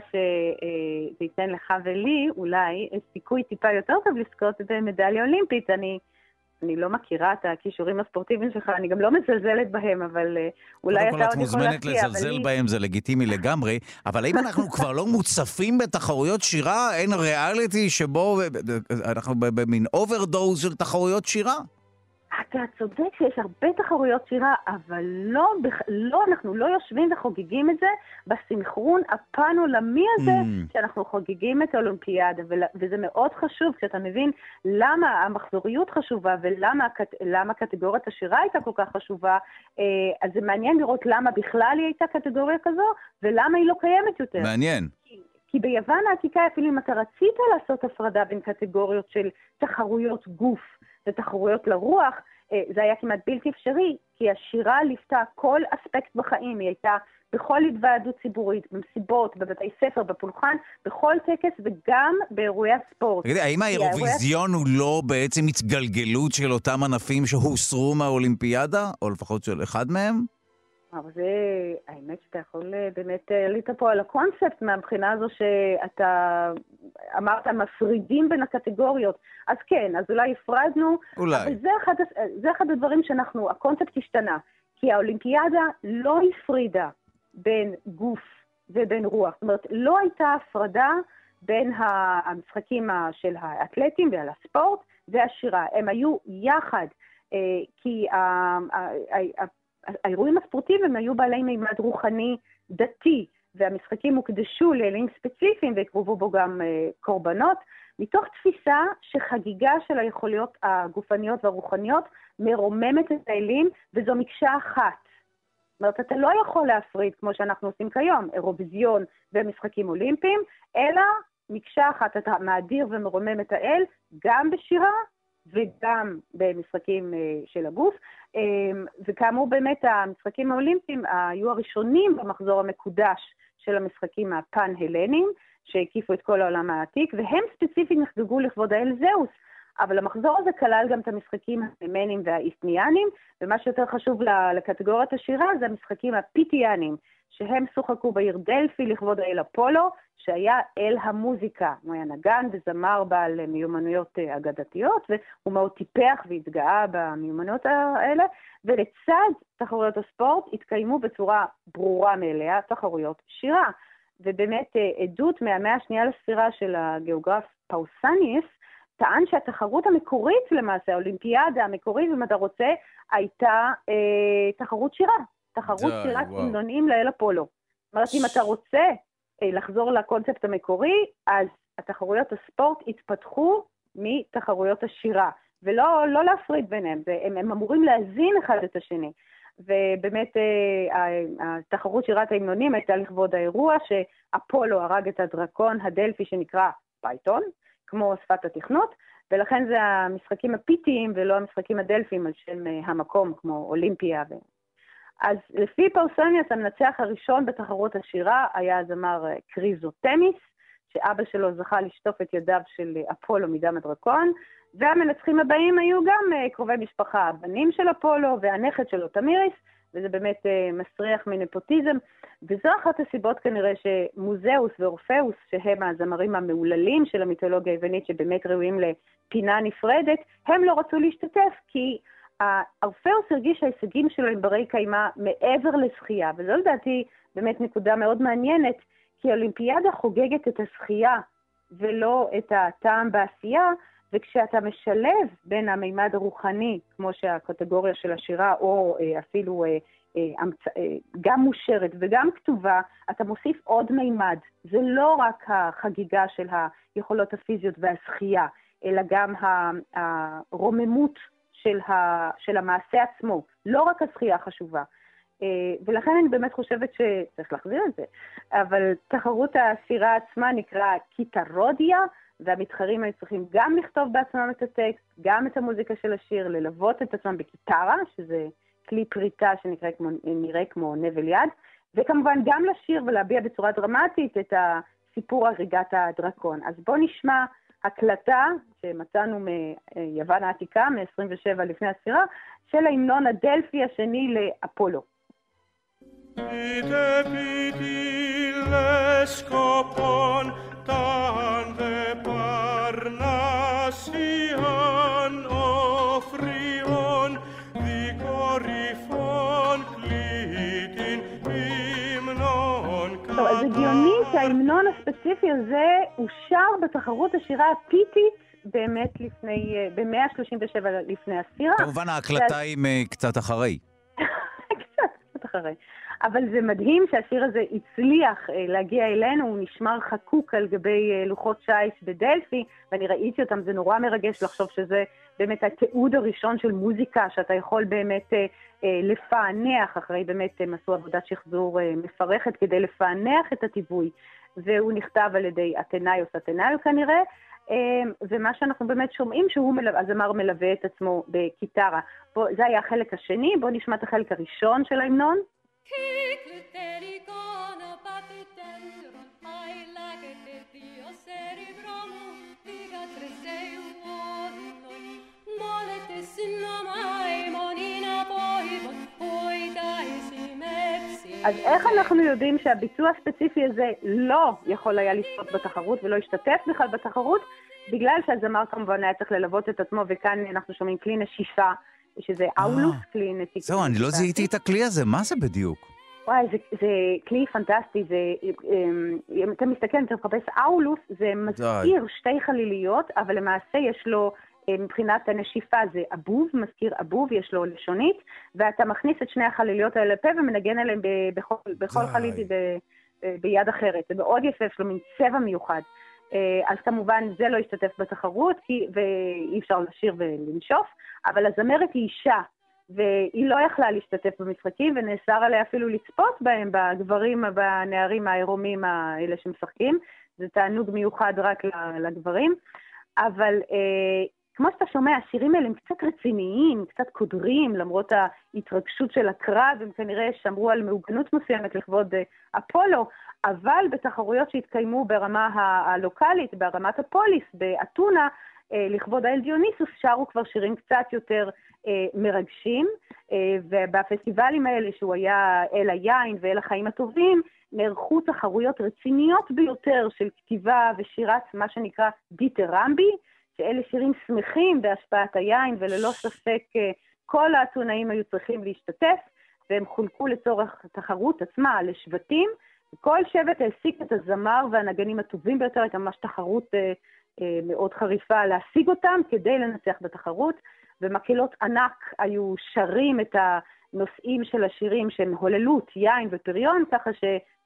שזה ייתן לך ולי אולי סיכוי טיפה יותר טוב לזכות במדליה אולימפית. אני... אני לא מכירה את הכישורים הספורטיביים שלך, אני גם לא מזלזלת בהם, אבל אולי אתה עוד יכול להפתיע. קודם כל את מוזמנת לזלזל בהם, זה לגיטימי לגמרי, אבל האם אנחנו כבר לא מוצפים בתחרויות שירה? אין ריאליטי שבו אנחנו במין אוברדוז של תחרויות שירה? אתה צודק שיש הרבה תחרויות שירה, אבל לא, לא, אנחנו לא יושבים וחוגגים את זה בסינכרון הפן עולמי הזה, mm. שאנחנו חוגגים את האולימפיאדה, וזה מאוד חשוב, כשאתה מבין למה המחזוריות חשובה, ולמה למה קטגוריית השירה הייתה כל כך חשובה, אז זה מעניין לראות למה בכלל היא הייתה קטגוריה כזו, ולמה היא לא קיימת יותר. מעניין. כי, כי ביוון העתיקה, אפילו אם אתה רצית לעשות הפרדה בין קטגוריות של תחרויות גוף, ותחרויות לרוח, זה היה כמעט בלתי אפשרי, כי השירה ליפתה כל אספקט בחיים, היא הייתה בכל התוועדות ציבורית, במסיבות, בבתי ספר, בפולחן, בכל טקס וגם באירועי הספורט. תגידי, האם האירוויזיון הוא לא בעצם התגלגלות של אותם ענפים שהוסרו מהאולימפיאדה, או לפחות של אחד מהם? אבל זה, האמת שאתה יכול באמת להיטה פה על הקונספט מהבחינה הזו שאתה אמרת מפרידים בין הקטגוריות. אז כן, אז אולי הפרדנו. אולי. אבל זה אחד, זה אחד הדברים שאנחנו, הקונספט השתנה. כי האולימפיאדה לא הפרידה בין גוף ובין רוח. זאת אומרת, לא הייתה הפרדה בין המשחקים של האתלטים ועל הספורט והשירה. הם היו יחד, כי האירועים הספורטיביים הם היו בעלי מימד רוחני דתי, והמשחקים הוקדשו לאלים ספציפיים והקרבו בו גם uh, קורבנות, מתוך תפיסה שחגיגה של היכוליות הגופניות והרוחניות מרוממת את האלים, וזו מקשה אחת. זאת אומרת, אתה לא יכול להפריד, כמו שאנחנו עושים כיום, אירוויזיון ומשחקים אולימפיים, אלא מקשה אחת, אתה מאדיר ומרומם את האל, גם בשירה, וגם במשחקים של הגוף, וכאמור באמת המשחקים האולימפיים היו הראשונים במחזור המקודש של המשחקים הפן-הלנים, שהקיפו את כל העולם העתיק, והם ספציפית נחגגו לכבוד האל זהוס, אבל המחזור הזה כלל גם את המשחקים המנים והאיסטניאנים, ומה שיותר חשוב לקטגוריית השירה זה המשחקים הפיתיאנים, שהם שוחקו בעיר דלפי לכבוד האל אפולו, שהיה אל המוזיקה. הוא היה נגן וזמר בעל מיומנויות אגדתיות, והוא מאוד טיפח והתגאה במיומנויות האלה, ולצד תחרויות הספורט התקיימו בצורה ברורה מאליה תחרויות שירה. ובאמת עדות מהמאה השנייה לספירה של הגיאוגרף פאוסניאס, טען שהתחרות המקורית למעשה, האולימפיאדה המקורית, אם אתה רוצה, הייתה אה, תחרות שירה. תחרות שירת המנונים לאל אפולו. זאת אומרת, אם אתה רוצה לחזור לקונספט המקורי, אז התחרויות הספורט התפתחו מתחרויות השירה, ולא לא להפריד ביניהם, הם, הם אמורים להזין אחד את השני. ובאמת התחרות שירת ההמנונים הייתה לכבוד האירוע שאפולו הרג את הדרקון הדלפי שנקרא פייתון, כמו שפת התכנות, ולכן זה המשחקים הפיתיים ולא המשחקים הדלפיים על שם המקום, כמו אולימפיה. אז לפי פאוסניאס, המנצח הראשון בתחרות השירה היה הזמר קריזוטמיס, שאבא שלו זכה לשטוף את ידיו של אפולו מדם הדרקון, והמנצחים הבאים היו גם קרובי משפחה, הבנים של אפולו והנכד שלו תמיריס, וזה באמת מסריח מנפוטיזם, וזו אחת הסיבות כנראה שמוזאוס ואורפאוס, שהם הזמרים המעוללים של המיתולוגיה היוונית, שבאמת ראויים לפינה נפרדת, הם לא רצו להשתתף, כי אורפאוס הרגיש שההישגים שלו הם ברי קיימה מעבר לשחייה, וזו לדעתי באמת נקודה מאוד מעניינת, כי האולימפיאדה חוגגת את השחייה ולא את הטעם בעשייה, וכשאתה משלב בין המימד הרוחני, כמו שהקטגוריה של השירה, או אפילו גם מושרת וגם כתובה, אתה מוסיף עוד מימד. זה לא רק החגיגה של היכולות הפיזיות והשחייה, אלא גם הרוממות של, ה, של המעשה עצמו. לא רק השחייה חשובה. ולכן אני באמת חושבת שצריך להחזיר את זה. אבל תחרות השירה עצמה נקרא קיטרודיה, והמתחרים היו צריכים גם לכתוב בעצמם את הטקסט, גם את המוזיקה של השיר, ללוות את עצמם בקיטרה, שזה כלי פריטה שנראה כמו, כמו נבל יד, וכמובן גם לשיר ולהביע בצורה דרמטית את הסיפור הריגת הדרקון. אז בואו נשמע הקלטה שמצאנו מיוון העתיקה, מ-עשרים ושבע לפני הספירה, של ההמנון הדלפי השני לאפולו. Pite piti leskopon tan de parnasion ofrion di corifon plitin himnon. טוב, אז הגיוני שההמנון הספציפי הזה אושר בתחרות השירה הפיתית באמת לפני, ב-מאה שלושים ושבע לפני הספירה. כמובן ההקלטה היא קצת אחרי. קצת, קצת אחרי. אבל זה מדהים שהשיר הזה הצליח להגיע אלינו, הוא נשמר חקוק על גבי לוחות שיש בדלפי, ואני ראיתי אותם, זה נורא מרגש לחשוב שזה באמת התיעוד הראשון של מוזיקה, שאתה יכול באמת לפענח, אחרי באמת הם עשו עבודת שחזור מפרכת כדי לפענח את הטיווי, והוא נכתב על ידי אתנאיוס אתנאיו כנראה, ומה שאנחנו באמת שומעים שהוא מלווה, הזמר מלווה את עצמו בקיטרה. בוא, זה היה החלק השני, בואו נשמע את החלק הראשון של ההמנון. אז איך אנחנו יודעים שהביצוע הספציפי הזה לא יכול היה לצפות בתחרות ולא השתתף בכלל בתחרות? בגלל שהזמר כמובן היה צריך ללוות את עצמו, וכאן אנחנו שומעים כלי נשיפה, שזה אאולוס, כלי נשיפה. זהו, אני לא זיהיתי את הכלי הזה, מה זה בדיוק? וואי, זה, זה כלי פנטסטי, זה, אם אתה מסתכל, אם אתה מחפש אאולוס, זה מזכיר שתי חליליות, אבל למעשה יש לו, מבחינת הנשיפה זה אבוב, מזכיר אבוב, יש לו לשונית, ואתה מכניס את שני החליליות האלה לפה ומנגן עליהם בכל, בכל חלילי ב, ביד אחרת. זה מאוד יפה, יש לו מין צבע מיוחד. אז כמובן זה לא השתתף בתחרות, כי, ואי אפשר לשיר ולנשוף, אבל הזמרת היא אישה, והיא לא יכלה להשתתף במשחקים, ונאסר עליה אפילו לצפות בהם, בגברים, בנערים העירומים האלה שמשחקים. זה תענוג מיוחד רק לגברים. אבל אה, כמו שאתה שומע, השירים האלה הם קצת רציניים, קצת קודרים, למרות ההתרגשות של הקרב, הם כנראה שמרו על מעוגנות מסוימת לכבוד אה, אפולו, אבל בתחרויות שהתקיימו ברמה הלוקלית, ברמת הפוליס, באתונה, אה, לכבוד האל דיוניסוס, שרו כבר שירים קצת יותר אה, מרגשים, אה, ובפסטיבלים האלה שהוא היה אל היין ואל החיים הטובים, נערכו תחרויות רציניות ביותר של כתיבה ושירת מה שנקרא דיטרמבי, שאלה שירים שמחים בהשפעת היין, וללא ספק כל האתונאים היו צריכים להשתתף, והם חולקו לצורך תחרות עצמה לשבטים, וכל שבט העסיק את הזמר והנגנים הטובים ביותר, הייתה ממש תחרות אה, אה, מאוד חריפה להשיג אותם כדי לנצח בתחרות, ומקהלות ענק היו שרים את הנושאים של השירים שהם הוללות, יין ופריון, ככה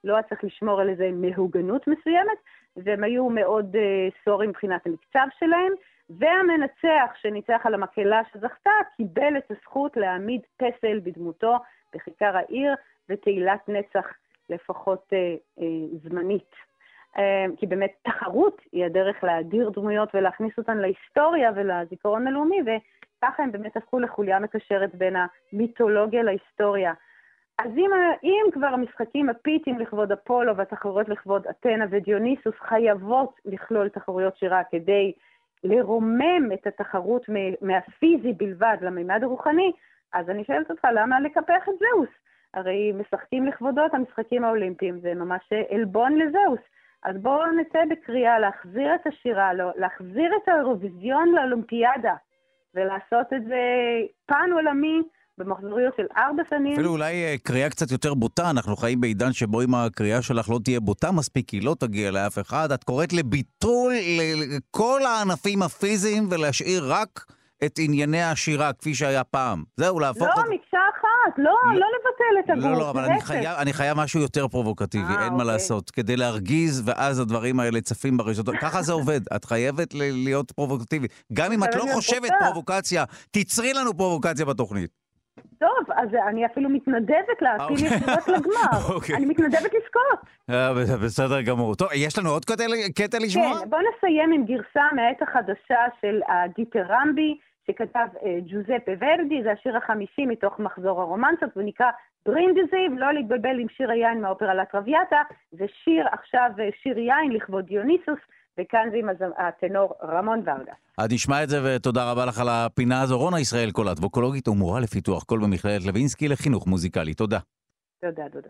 לא צריך לשמור על איזה מהוגנות מסוימת, והם היו מאוד uh, סורים מבחינת המקצב שלהם, והמנצח שניצח על המקהלה שזכתה, קיבל את הזכות להעמיד פסל בדמותו בכיכר העיר, ותהילת נצח לפחות uh, uh, זמנית. Uh, כי באמת תחרות היא הדרך להדיר דמויות ולהכניס אותן להיסטוריה ולזיכרון הלאומי, וככה הם באמת הפכו לחוליה מקשרת בין המיתולוגיה להיסטוריה. אז אם, אם כבר המשחקים הפיטים לכבוד אפולו והתחרויות לכבוד אתנה ודיוניסוס חייבות לכלול תחרויות שירה כדי לרומם את התחרות מהפיזי בלבד לממד הרוחני, אז אני שואלת אותך, למה לקפח את זהוס? הרי משחקים לכבודו את המשחקים האולימפיים, זה ממש אלבון לזהוס. אז בואו נצא בקריאה להחזיר את השירה, להחזיר את האירוויזיון לאולימפיאדה, ולעשות את זה פן עולמי, במחזוריות של ארבע שנים. אפילו אולי קריאה קצת יותר בוטה, אנחנו חיים בעידן שבו אם הקריאה שלך לא תהיה בוטה מספיק, היא לא תגיע לאף אחד, את קוראת לביטול לכל הענפים הפיזיים ולהשאיר רק את ענייני השירה כפי שהיה פעם. זהו, להפוך לא, את... מקשה אחת, לא, לא, לא לבטל את הגוף. לא, לא, אבל אני חייב, אני חייב משהו יותר פרובוקטיבי, אה, אין אוקיי. מה לעשות, כדי להרגיז, ואז הדברים האלה צפים ברשתות. ככה זה עובד, את חייבת להיות פרובוקטיבית. גם אם את לא חושבת פרובוקציה, תיצרי לנו פרובוקציה בתוכנית. טוב, אז אני אפילו מתנדבת להטיל ישירות לגמר. אני מתנדבת לזכות. בסדר גמור. טוב, יש לנו עוד קטע לשמוע? כן, בוא נסיים עם גרסה מהעת החדשה של הדיטרמבי, שכתב ג'וזפה ורדי, זה השיר החמישי מתוך מחזור הרומנסות, ונקרא ברינדזי, ולא להתבלבל עם שיר היין מהאופרה לה טרוויאטה, זה שיר עכשיו, שיר יין לכבוד דיוניסוס, וכאן זה עם הטנור רמון ורגס. עד נשמע את זה, ותודה רבה לך על הפינה הזו. רונה ישראל קולט, ווקולוגית ומורה לפיתוח קול במכללת לוינסקי לחינוך מוזיקלי. תודה. תודה, דודו.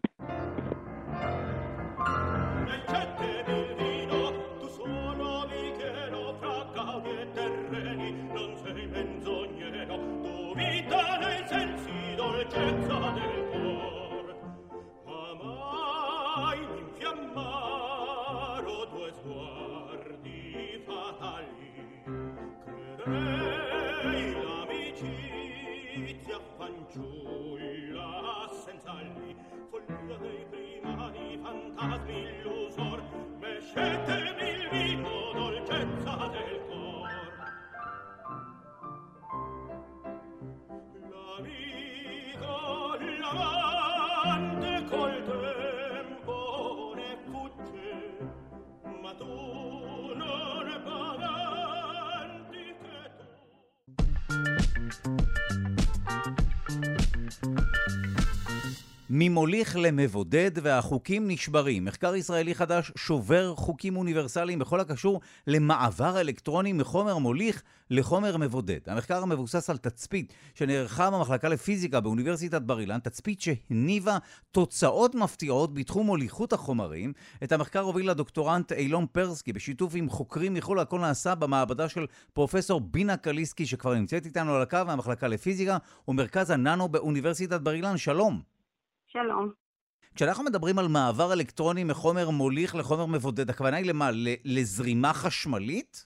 ממוליך למבודד והחוקים נשברים. מחקר ישראלי חדש שובר חוקים אוניברסליים בכל הקשור למעבר אלקטרוני מחומר מוליך לחומר מבודד. המחקר מבוסס על תצפית שנערכה במחלקה לפיזיקה באוניברסיטת בר אילן, תצפית שהניבה תוצאות מפתיעות בתחום מוליכות החומרים. את המחקר הוביל הדוקטורנט אילון פרסקי בשיתוף עם חוקרים מחו"ל. הכל נעשה במעבדה של פרופסור בינה קליסקי שכבר נמצאת איתנו על הקו, מהמחלקה לפיזיקה ומרכז הננו באוניברסיטת בר אילן. שלום. שלום. כשאנחנו מדברים על מעבר אלקטרוני מחומר מוליך לחומר מבודד, הכוונה היא למה? לזרימה חשמלית?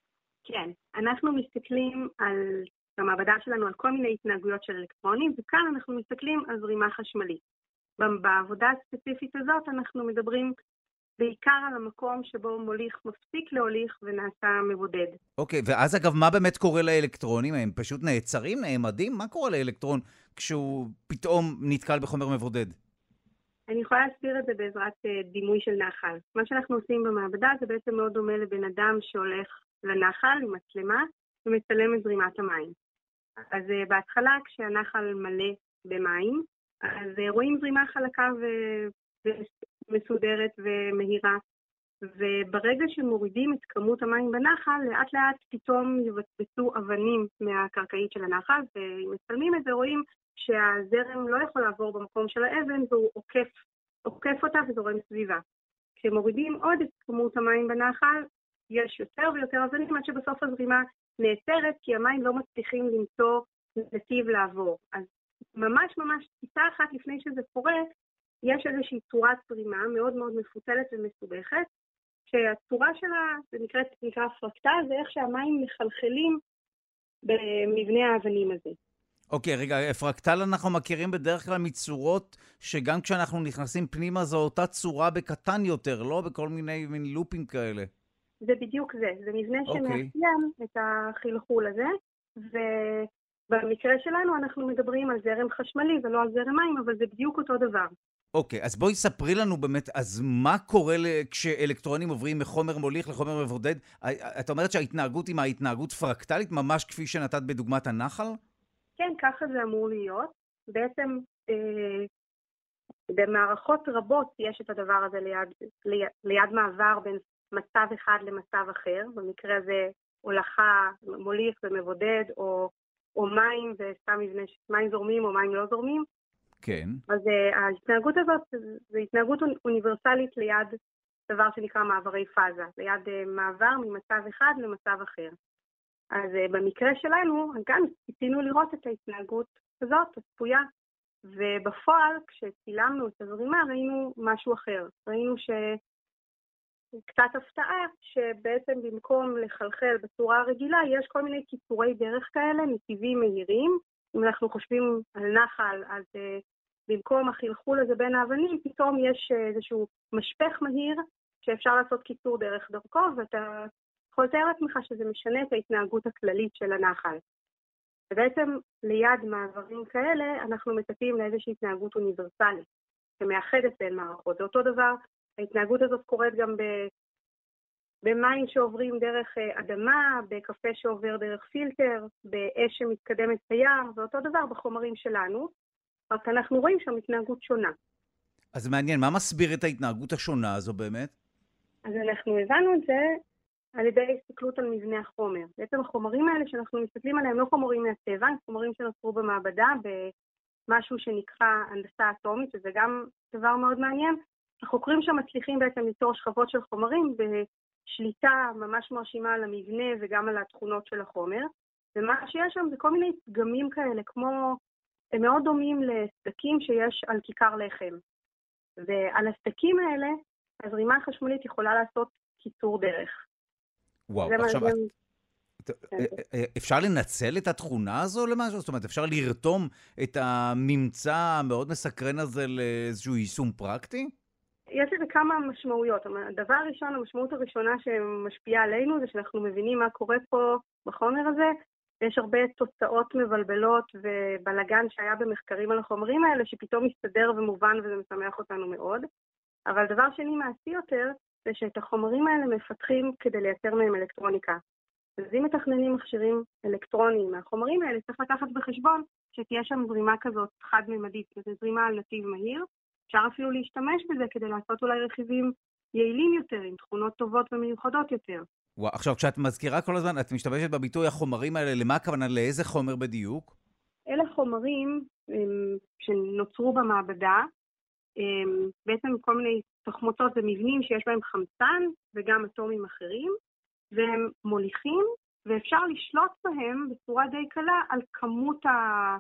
כן, אנחנו מסתכלים על, במעבדה שלנו על כל מיני התנהגויות של אלקטרונים, וכאן אנחנו מסתכלים על זרימה חשמלית. בעבודה הספציפית הזאת אנחנו מדברים בעיקר על המקום שבו מוליך מפסיק להוליך ונעשה מבודד. אוקיי, ואז אגב, מה באמת קורה לאלקטרונים? הם פשוט נעצרים, נעמדים? מה קורה לאלקטרון כשהוא פתאום נתקל בחומר מבודד? אני יכולה להסביר את זה בעזרת דימוי של נחל. מה שאנחנו עושים במעבדה זה בעצם מאוד דומה לבן אדם שהולך לנחל עם מצלמה ומצלם את זרימת המים. אז בהתחלה כשהנחל מלא במים, אז רואים זרימה חלקה ו... מסודרת ומהירה, וברגע שמורידים את כמות המים בנחל, לאט לאט פתאום יבצבצו אבנים מהקרקעית של הנחל, ומצלמים את זה, רואים שהזרם לא יכול לעבור במקום של האבן, והוא עוקף, עוקף אותה וזורם סביבה. כשמורידים עוד את כמות המים בנחל, יש יותר ויותר אבנים, עד שבסוף הזרימה נעצרת, כי המים לא מצליחים למצוא נתיב לעבור. אז ממש ממש טיפה אחת לפני שזה קורה, יש איזושהי צורת זרימה מאוד מאוד מפוצלת ומסובכת, שהצורה שלה, זה נקרא, נקרא פרקטל, זה איך שהמים מחלחלים במבנה האבנים הזה. אוקיי, רגע, פרקטל אנחנו מכירים בדרך כלל מצורות שגם כשאנחנו נכנסים פנימה זו אותה צורה בקטן יותר, לא בכל מיני מין לופים כאלה. זה בדיוק זה, זה מבנה שמאפיין את החלחול הזה, ובמקרה שלנו אנחנו מדברים על זרם חשמלי ולא על זרם מים, אבל זה בדיוק אותו דבר. אוקיי, אז בואי ספרי לנו באמת, אז מה קורה כשאלקטרונים עוברים מחומר מוליך לחומר מבודד? את אומרת שההתנהגות היא ההתנהגות פרקטלית, ממש כפי שנתת בדוגמת הנחל? כן, ככה זה אמור להיות. בעצם אה, במערכות רבות יש את הדבר הזה ליד, ליד, ליד מעבר בין מצב אחד למצב אחר. במקרה הזה הולכה מוליך ומבודד, או, או מים וסתם מבנה, מים זורמים או מים לא זורמים. כן. אז uh, ההתנהגות הזאת זו התנהגות אוניברסלית ליד דבר שנקרא מעברי פאזה, ליד uh, מעבר ממצב אחד למצב אחר. אז uh, במקרה שלנו, גם ציפינו לראות את ההתנהגות הזאת, הצפויה, ובפועל, כשצילמנו את הזרימה, ראינו משהו אחר. ראינו שקצת הפתעה, שבעצם במקום לחלחל בצורה רגילה, יש כל מיני קיצורי דרך כאלה, נתיבים מהירים. אם אנחנו חושבים על נחל, אז uh, במקום החלחול הזה בין האבנים, פתאום יש uh, איזשהו משפך מהיר, שאפשר לעשות קיצור דרך דרכו, ואתה יכול לתאר לעצמך שזה משנה את ההתנהגות הכללית של הנחל. ובעצם ליד מעברים כאלה, אנחנו מצפים לאיזושהי התנהגות אוניברסלית, שמאחדת בין מערכות. זה אותו דבר, ההתנהגות הזאת קורית גם ב... במים שעוברים דרך אדמה, בקפה שעובר דרך פילטר, באש שמתקדמת ביער, ואותו דבר בחומרים שלנו, רק אנחנו רואים שם התנהגות שונה. אז מעניין, מה מסביר את ההתנהגות השונה הזו באמת? אז אנחנו הבנו את זה על ידי הסתכלות על מבנה החומר. בעצם החומרים האלה שאנחנו מסתכלים עליהם לא חומרים מהטבע, הם חומרים שנוצרו במעבדה במשהו שנקרא הנדסה אטומית, שזה גם דבר מאוד מעניין. החוקרים שם מצליחים בעצם ליצור שכבות של חומרים בשליטה ממש מרשימה על המבנה וגם על התכונות של החומר. ומה שיש שם זה כל מיני פגמים כאלה, כמו, הם מאוד דומים לסדקים שיש על כיכר לחם. ועל הסדקים האלה, הזרימה החשמלית יכולה לעשות קיצור דרך. וואו, עכשיו, אפשר לנצל את התכונה הזו למשהו? זאת אומרת, אפשר לרתום את הממצא המאוד מסקרן הזה לאיזשהו יישום פרקטי? יש לזה כמה משמעויות. הדבר הראשון, המשמעות הראשונה שמשפיעה עלינו, זה שאנחנו מבינים מה קורה פה בחומר הזה. יש הרבה תוצאות מבלבלות ובלגן שהיה במחקרים על החומרים האלה, שפתאום מסתדר ומובן וזה משמח אותנו מאוד. אבל דבר שני מעשי יותר, זה שאת החומרים האלה מפתחים כדי לייצר מהם אלקטרוניקה. אז אם מתכננים מכשירים אלקטרוניים מהחומרים האלה, צריך לקחת בחשבון שתהיה שם זרימה כזאת חד-ממדית, זו זרימה על נתיב מהיר. אפשר אפילו להשתמש בזה כדי לעשות אולי רכיבים יעילים יותר, עם תכונות טובות ומיוחדות יותר. וואו, עכשיו, כשאת מזכירה כל הזמן, את משתמשת בביטוי החומרים האלה, למה הכוונה, לאיזה חומר בדיוק? אלה חומרים הם, שנוצרו במעבדה, הם, בעצם כל מיני תחמוצות ומבנים שיש בהם חמצן וגם אטומים אחרים, והם מוליכים, ואפשר לשלוט בהם בצורה די קלה על כמות ה...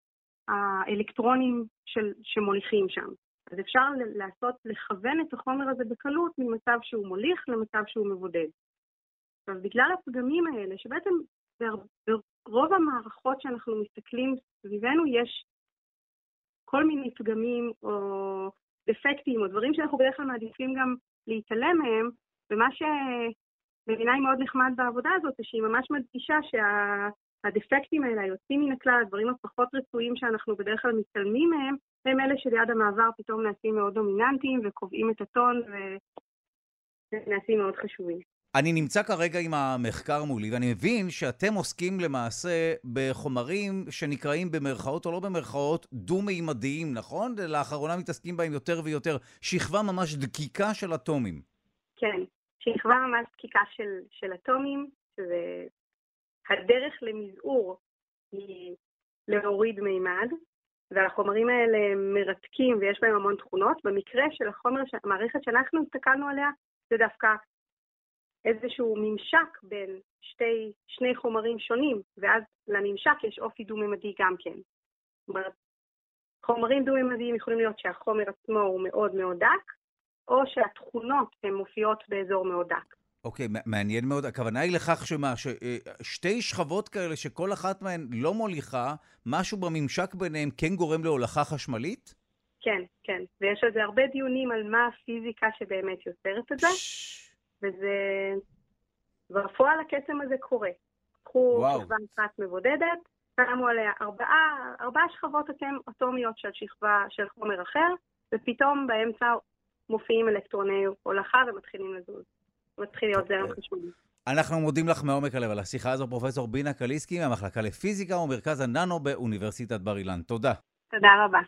האלקטרונים של, שמוליכים שם. אז אפשר לעשות, לכוון את החומר הזה בקלות ממצב שהוא מוליך למצב שהוא מבודד. אז בגלל הפגמים האלה, שבעצם ברוב המערכות שאנחנו מסתכלים סביבנו, יש כל מיני פגמים או דפקטים או דברים שאנחנו בדרך כלל מעדיפים גם להתעלם מהם, ומה שבעיניי מאוד נחמד בעבודה הזאת, זה שהיא ממש מדגישה שהדפקטים האלה יוצאים מן הכלל, הדברים הפחות רצויים שאנחנו בדרך כלל מתעלמים מהם, הם אלה שליד המעבר פתאום נעשים מאוד דומיננטיים וקובעים את הטון ונעשים מאוד חשובים. אני נמצא כרגע עם המחקר מולי, ואני מבין שאתם עוסקים למעשה בחומרים שנקראים במרכאות או לא במרכאות דו-מימדיים, נכון? לאחרונה מתעסקים בהם יותר ויותר. שכבה ממש דקיקה של אטומים. כן, שכבה ממש דקיקה של, של אטומים, שזה הדרך למזעור היא להוריד מימד, והחומרים האלה מרתקים ויש בהם המון תכונות. במקרה של החומר, המערכת שאנחנו הסתכלנו עליה, זה דווקא איזשהו ממשק בין שתי, שני חומרים שונים, ואז לממשק יש אופי דו-ממדי גם כן. זאת אומרת, חומרים דו-ממדיים יכולים להיות שהחומר עצמו הוא מאוד מאוד דק, או שהתכונות הן מופיעות באזור מאוד דק. אוקיי, מעניין מאוד. הכוונה היא לכך שמה, ששתי שכבות כאלה שכל אחת מהן לא מוליכה, משהו בממשק ביניהם כן גורם להולכה חשמלית? כן, כן. ויש על זה הרבה דיונים על מה הפיזיקה שבאמת יוצרת את זה, וזה... בפועל הקסם הזה קורה. קחו שכבה אחת מבודדת, שמו עליה ארבעה, ארבעה שכבות אטומיות של שכבה של חומר אחר, ופתאום באמצע מופיעים אלקטרוני הולכה ומתחילים לזוז. מתחיל להיות זרם חשמלי. אנחנו מודים לך מעומק הלב על השיחה הזו, פרופסור בינה קליסקי, מהמחלקה לפיזיקה ומרכז הננו באוניברסיטת בר אילן. תודה. תודה רבה.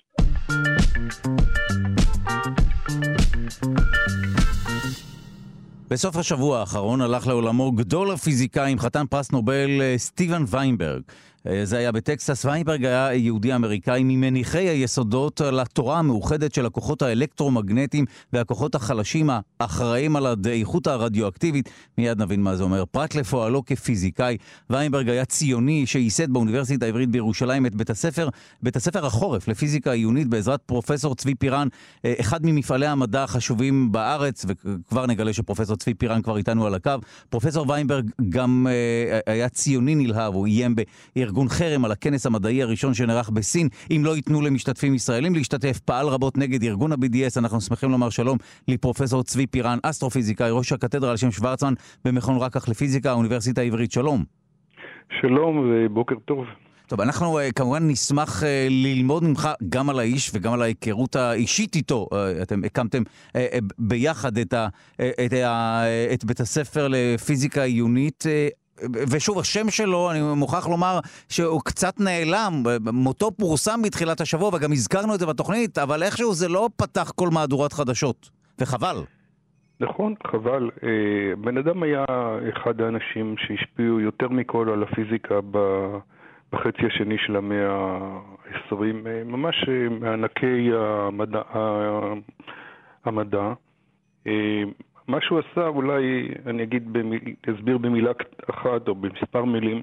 בסוף השבוע האחרון הלך לעולמו גדול הפיזיקאים, חתן פרס נובל סטיבן ויינברג. זה היה בטקסס. ויינברג היה יהודי אמריקאי ממניחי היסודות לתורה המאוחדת של הכוחות האלקטרומגנטיים והכוחות החלשים האחראים על הדעיכות הרדיואקטיבית. מיד נבין מה זה אומר. פרט לפועלו כפיזיקאי, ויינברג היה ציוני שייסד באוניברסיטה העברית בירושלים את בית הספר, בית הספר החורף לפיזיקה עיונית בעזרת פרופסור צבי פירן, אחד ממפעלי המדע החשובים בארץ, וכבר נגלה שפרופסור צבי פירן כבר איתנו על הקו. פרופסור ויינברג גם היה ציוני נלהב, הוא איים בארגון חרם על הכנס המדעי הראשון שנערך בסין, אם לא ייתנו למשתתפים ישראלים להשתתף. פעל רבות נגד ארגון ה-בי די אס. אנחנו שמחים לומר שלום לפרופסור צבי פירן, אסטרופיזיקאי, ראש הקתדרה על שם שוורצמן במכון רקח לפיזיקה, האוניברסיטה העברית. שלום. שלום ובוקר טוב. טוב, אנחנו כמובן נשמח ללמוד ממך גם על האיש וגם על ההיכרות האישית איתו. אתם הקמתם ביחד את, ה, את, ה, את בית הספר לפיזיקה עיונית, ושוב, השם שלו, אני מוכרח לומר שהוא קצת נעלם. מותו פורסם בתחילת השבוע, וגם הזכרנו את זה בתוכנית, אבל איכשהו זה לא פתח כל מהדורת חדשות, וחבל. נכון, חבל. בן אדם היה אחד האנשים שהשפיעו יותר מכל על הפיזיקה בחצי השני של המאה ה-עשרים, ממש מענקי המדע. המדע. מה שהוא עשה, אולי אני אגיד, במיל, אסביר במילה אחת או במספר מילים.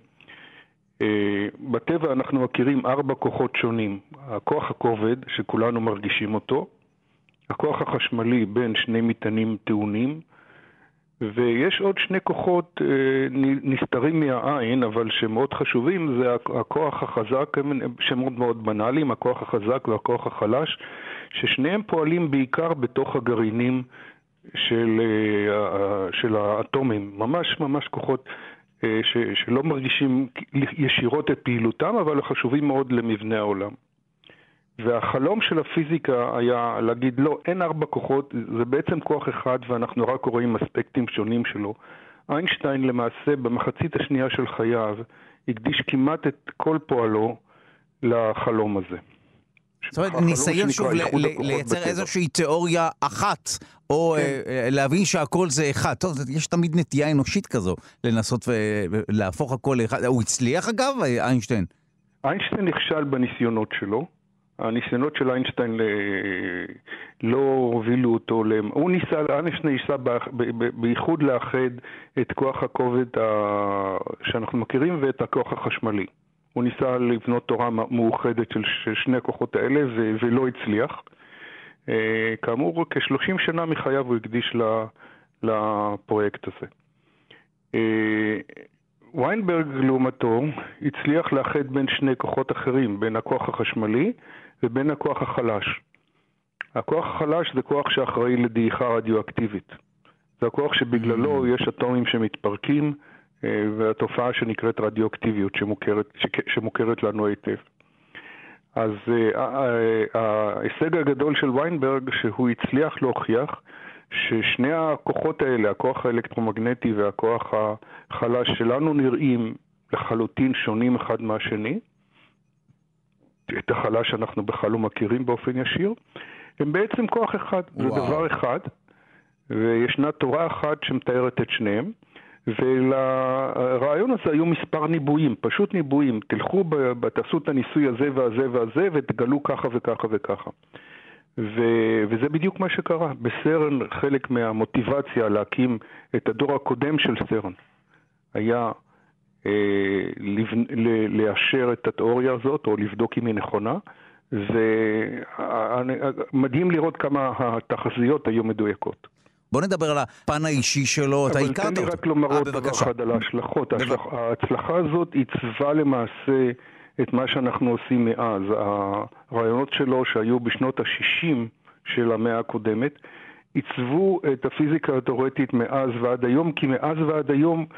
בטבע אנחנו מכירים ארבע כוחות שונים. הכוח הכובד, שכולנו מרגישים אותו, הכוח החשמלי בין שני מטענים טעונים, ויש עוד שני כוחות נסתרים מהעין, אבל שמאוד חשובים, זה הכוח החזק, שמאוד מאוד בנאליים, הכוח החזק והכוח החלש, ששניהם פועלים בעיקר בתוך הגרעינים של, של האטומים, ממש ממש כוחות ש, שלא מרגישים ישירות את פעילותם, אבל חשובים מאוד למבנה העולם. והחלום של הפיזיקה היה להגיד, לא, אין ארבע כוחות, זה בעצם כוח אחד, ואנחנו רק רואים אספקטים שונים שלו. איינשטיין למעשה במחצית השנייה של חייו הקדיש כמעט את כל פועלו לחלום הזה. זאת אומרת, ניסיון שוב לייצר איזושהי תיאוריה אחת, או להבין שהכל זה אחד. טוב, יש תמיד נטייה אנושית כזו, לנסות ולהפוך הכל לאחד. הוא הצליח אגב, איינשטיין? איינשטיין נכשל בניסיונות שלו. הניסיונות של איינשטיין לא הובילו אותו. הוא ניסה, איינשטיין ניסה בייחוד לאחד את כוח הכובד שאנחנו מכירים ואת הכוח החשמלי. הוא ניסה לבנות תורה מאוחדת של שני הכוחות האלה ולא הצליח. כאמור, כ-שלושים שנה מחייו הוא הקדיש לפרויקט הזה. ויינברג לעומתו הצליח לאחד בין שני כוחות אחרים, בין הכוח החשמלי ובין הכוח החלש. הכוח החלש זה כוח שאחראי לדעיכה רדיואקטיבית. זה הכוח שבגללו יש אטומים שמתפרקים, והתופעה שנקראת רדיואקטיביות שמוכרת, שמוכרת לנו היטב. אז ההישג הגדול של ויינברג שהוא הצליח להוכיח ששני הכוחות האלה, הכוח האלקטרומגנטי והכוח החלש שלנו, נראים לחלוטין שונים אחד מהשני. את החלש אנחנו בכלל לא מכירים באופן ישיר. הם בעצם כוח אחד, זה דבר אחד, וישנה תורה אחת שמתארת את שניהם. ולרעיון הזה היו מספר ניבויים, פשוט ניבויים. תלכו, תעשו את הניסוי הזה והזה והזה ותגלו ככה וככה וככה. ו- וזה בדיוק מה שקרה. בסרן חלק מהמוטיבציה להקים את הדור הקודם של סרן היה אה, לבנ- ל- לאשר את התיאוריה הזאת או לבדוק אם היא נכונה. ומדהים לראות כמה התחזיות היו מדויקות. בוא נדבר על הפן האישי שלו, אתה הכרת אותו. אבל תן לי רק לומר עוד דבר אחד על ההשלכות. ההצלחה הזאת עיצבה למעשה את מה שאנחנו עושים מאז. הרעיונות שלו שהיו בשנות ה-שישים של המאה הקודמת, עיצבו את הפיזיקה התיאורטית מאז ועד היום, כי מאז ועד היום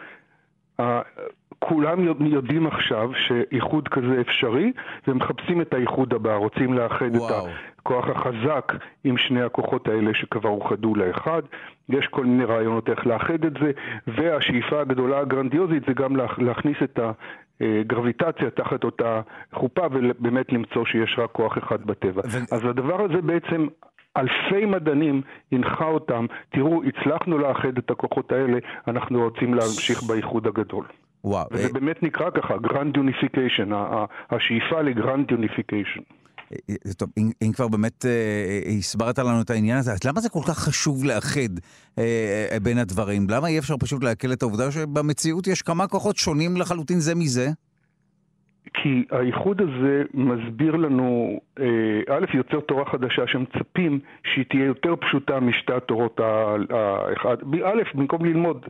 כולם יודעים עכשיו שאיחוד כזה אפשרי, ומחפשים את האיחוד הבא, רוצים לאחד וואו. את הכוח החזק עם שני הכוחות האלה שכבר אוחדו לאחד. יש כל מיני רעיונות איך לאחד את זה, והשאיפה הגדולה הגרנדיוזית זה גם להכניס את הגרביטציה תחת אותה חופה, ובאמת למצוא שיש רק כוח אחד בטבע. ו... אז הדבר הזה בעצם אלפי מדענים הנחה אותם, תראו, הצלחנו לאחד את הכוחות האלה, אנחנו רוצים להמשיך באיחוד הגדול. וואו. וזה באמת נקרא ככה, Grand Unification, השאיפה ל-Grand Unification. טוב, אם, אם כבר באמת אה, הסברת לנו את העניין הזה, אז למה זה כל כך חשוב לאחד אה, בין הדברים? למה אי אפשר פשוט להקל את העובדה שבמציאות יש כמה כוחות שונים לחלוטין זה מזה? כי האיחוד הזה מסביר לנו, א', יוצר תורה חדשה שמצפים שהיא תהיה יותר פשוטה משתי התורות האחד. א', במקום ללמוד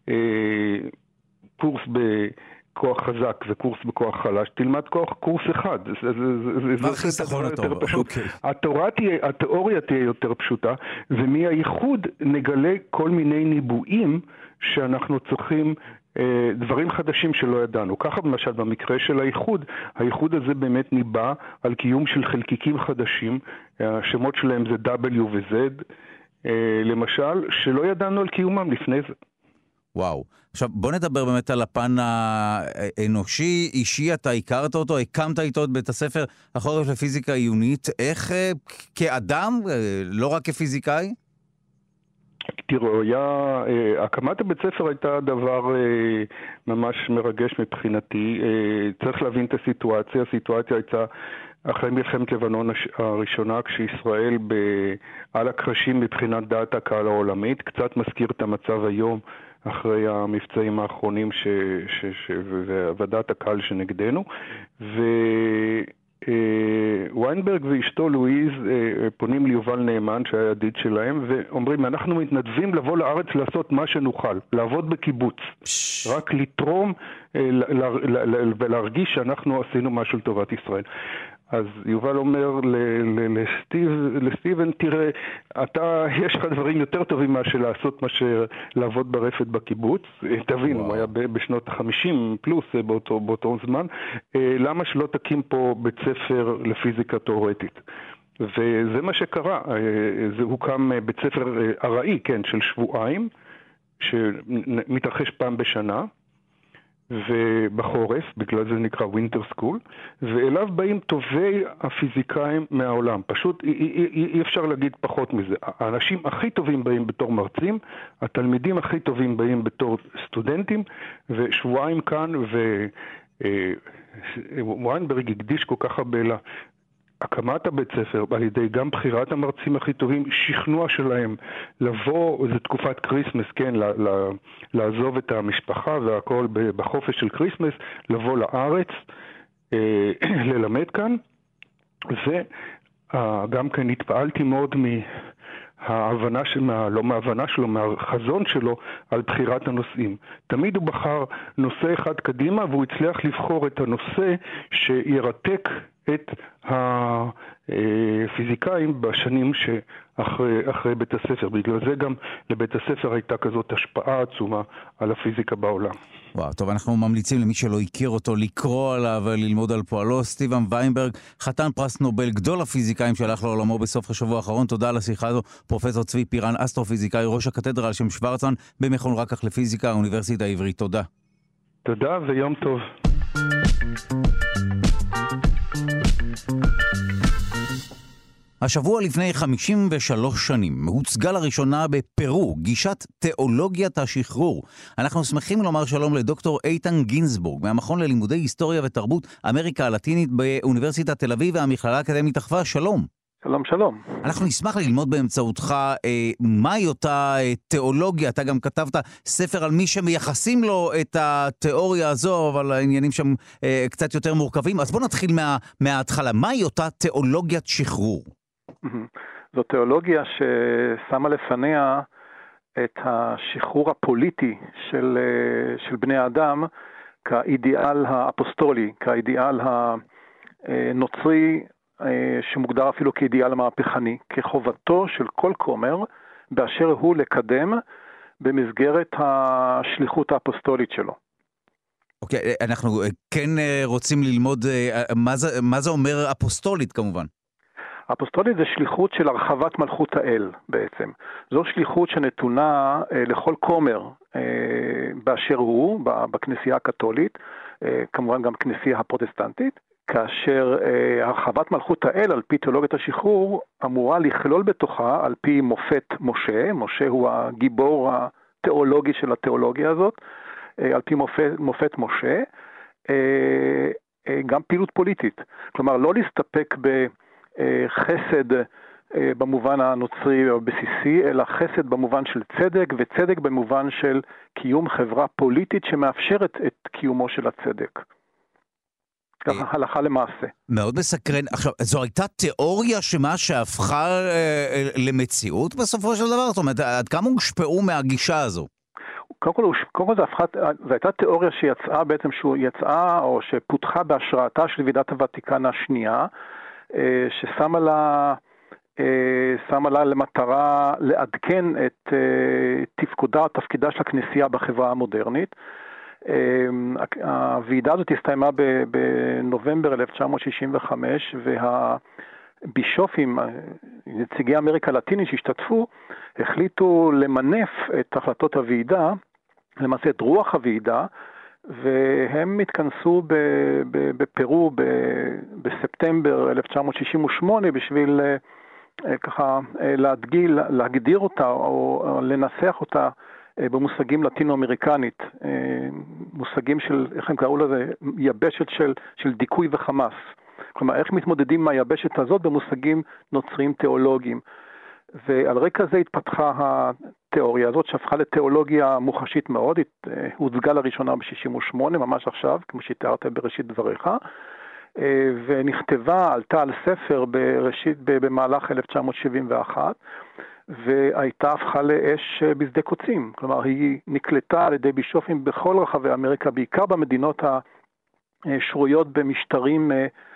קורס בכוח חזק וקורס בכוח חלש, תלמד כוח קורס אחד. מה חיסכון הטוב? התיאוריה תהיה יותר פשוטה, ומהאיחוד נגלה כל מיני ניבויים שאנחנו צריכים דברים חדשים שלא ידענו. ככה למשל במקרה של האיחוד, האיחוד הזה באמת ניבא על קיום של חלקיקים חדשים, השמות שלהם זה W ו-Z, למשל, שלא ידענו על קיומם לפני זה. וואו. עכשיו בוא נדבר באמת על הפן האנושי, אישי, אתה הכרת אותו, הקמת איתו את בית הספר החורף לפיזיקה עיונית, איך כאדם, לא רק כפיזיקאי? תראו, היה, הקמת הבית ספר הייתה דבר ממש מרגש מבחינתי. צריך להבין את הסיטואציה. הסיטואציה הייתה אחרי מלחמת לבנון הראשונה, כשישראל על הקרשים מבחינת דעת הקהל העולמית, קצת מזכיר את המצב היום אחרי המבצעים האחרונים ש, ש, ש, ודעת הקהל שנגדנו. ו... ויינברג ואשתו לואיז פונים ליובל נאמן שהיה ידיד שלהם ואומרים, אנחנו מתנדבים לבוא לארץ לעשות מה שנוכל, לעבוד בקיבוץ, רק לתרום ולהרגיש שאנחנו עשינו משהו לטובת ישראל. אז יובל אומר לסטיב, לסטיבן, תראה, אתה, יש לך דברים יותר טובים מאשר לעשות, מאשר לעבוד ברפת בקיבוץ. תבין, הוא היה בשנות ה-חמישים פלוס באותו, באותו זמן. למה שלא תקים פה בית ספר לפיזיקה תיאורטית? וזה מה שקרה. זה הוקם בית ספר ארעי, כן, של שבועיים, שמתרחש פעם בשנה. ובחורף, בגלל זה נקרא ווינטר סקול, ואליו באים טובי הפיזיקאים מהעולם. פשוט אי, אי, אי, אי אפשר להגיד פחות מזה. האנשים הכי טובים באים בתור מרצים, התלמידים הכי טובים באים בתור סטודנטים, ושבועיים כאן, וויינברג הקדיש כל כך הרבה לה. הקמת הבית ספר, על ידי גם בחירת המרצים הכי טובים, שכנוע שלהם לבוא, זו תקופת קריסמס, כן, ל- ל- לעזוב את המשפחה והכל בחופש של קריסמס, לבוא לארץ, אה, ללמד כאן, וגם כן התפעלתי מאוד מההבנה של, מה, לא מההבנה שלו, מהחזון שלו על בחירת הנושאים. תמיד הוא בחר נושא אחד קדימה, והוא הצליח לבחור את הנושא שירתק את הפיזיקאים בשנים שאחרי אחרי בית הספר. בגלל זה גם לבית הספר הייתה כזאת השפעה עצומה על הפיזיקה בעולם. וואו, טוב, אנחנו ממליצים למי שלא הכיר אותו לקרוא עליו וללמוד על פועלו. סטיבן ויינברג, חתן פרס נובל, גדול הפיזיקאים שהלך לעולמו בסוף השבוע האחרון. תודה על השיחה הזו. פרופסור צבי פירן, אסטרופיזיקאי, ראש הקתדרה על שם שוורצמן במכון רקח לפיזיקה, האוניברסיטה העברית. תודה. תודה ויום טוב. השבוע לפני חמישים ושלוש שנים הוצגה לראשונה בפרו גישת תיאולוגיית השחרור. אנחנו שמחים לומר שלום לדוקטור איתן גינזבורג מהמכון ללימודי היסטוריה ותרבות אמריקה הלטינית באוניברסיטת תל אביב והמכללה האקדמית אחווה. שלום. שלום, שלום. אנחנו נשמח ללמוד באמצעותך אה, מהי אותה אה, תיאולוגיה. אתה גם כתבת ספר על מי שמייחסים לו את התיאוריה הזו, אבל העניינים שם אה, קצת יותר מורכבים. אז בוא נתחיל מה, מההתחלה. מהי אותה תיאולוגיית שחרור? זו תיאולוגיה ששמה לפניה את השחרור הפוליטי של, של בני האדם כאידיאל האפוסטולי, כאידיאל הנוצרי שמוגדר אפילו כאידיאל המהפכני, כחובתו של כל כומר באשר הוא לקדם במסגרת השליחות האפוסטולית שלו. אוקיי, okay, אנחנו כן רוצים ללמוד מה זה, מה זה אומר אפוסטולית כמובן. אפוסטולית זה שליחות של הרחבת מלכות האל בעצם. זו שליחות שנתונה לכל כומר באשר הוא, בכנסייה הקתולית, כמובן גם כנסייה הפרוטסטנטית, כאשר הרחבת מלכות האל על פי תיאולוגיית השחרור אמורה לכלול בתוכה על פי מופת משה, משה הוא הגיבור התיאולוגי של התיאולוגיה הזאת, על פי מופת, מופת משה, גם פעילות פוליטית. כלומר, לא להסתפק בחסד במובן הנוצרי או בסיסי, אלא חסד במובן של צדק, וצדק במובן של קיום חברה פוליטית שמאפשרת את קיומו של הצדק. ככה הלכה למעשה. מאוד מסקרן. עכשיו, זו הייתה תיאוריה שמה שהפכה אה, למציאות בסופו של דבר? זאת אומרת, עד כמה הושפעו מהגישה הזו? קודם כל, קודם כל זה, הפכה, זה הייתה תיאוריה שיצאה בעצם, שהוא יצאה או שפותחה בהשראתה של ועידת הוותיקן השנייה, אה, ששמה לה, אה, שמה לה למטרה לעדכן את אה, תפקודה, תפקידה של הכנסייה בחברה המודרנית. הוועידה הזאת הסתיימה בנובמבר אלף תשע מאות שישים וחמש, והבישופים, נציגי אמריקה הלטינית שהשתתפו, החליטו למנף את החלטות הוועידה, למעשה את רוח הוועידה, והם התכנסו בפרו בספטמבר אלף תשע מאות שישים ושמונה בשביל ככה להדגיל, להגדיר אותה או לנסח אותה במושגים לטינו-אמריקנית, מושגים של, איך הם קראו לזה, יבשת של, של דיכוי וחמאס. כלומר, איך מתמודדים מהיבשת הזאת במושגים נוצריים תיאולוגיים. ועל רקע זה התפתחה התיאוריה הזאת, שהפכה לתיאולוגיה מוחשית מאוד, הוצגה לראשונה ב-שישים ושמונה, ממש עכשיו, כמו שתיארת בראשית דבריך, ונכתבה, עלתה על ספר בראשית, במהלך אלף תשע מאות שבעים ואחת, והייתה הפכה לאש בשדה קוצים. כלומר, היא נקלטה על ידי בישופים בכל רחבי אמריקה, בעיקר במדינות השרויות במשטרים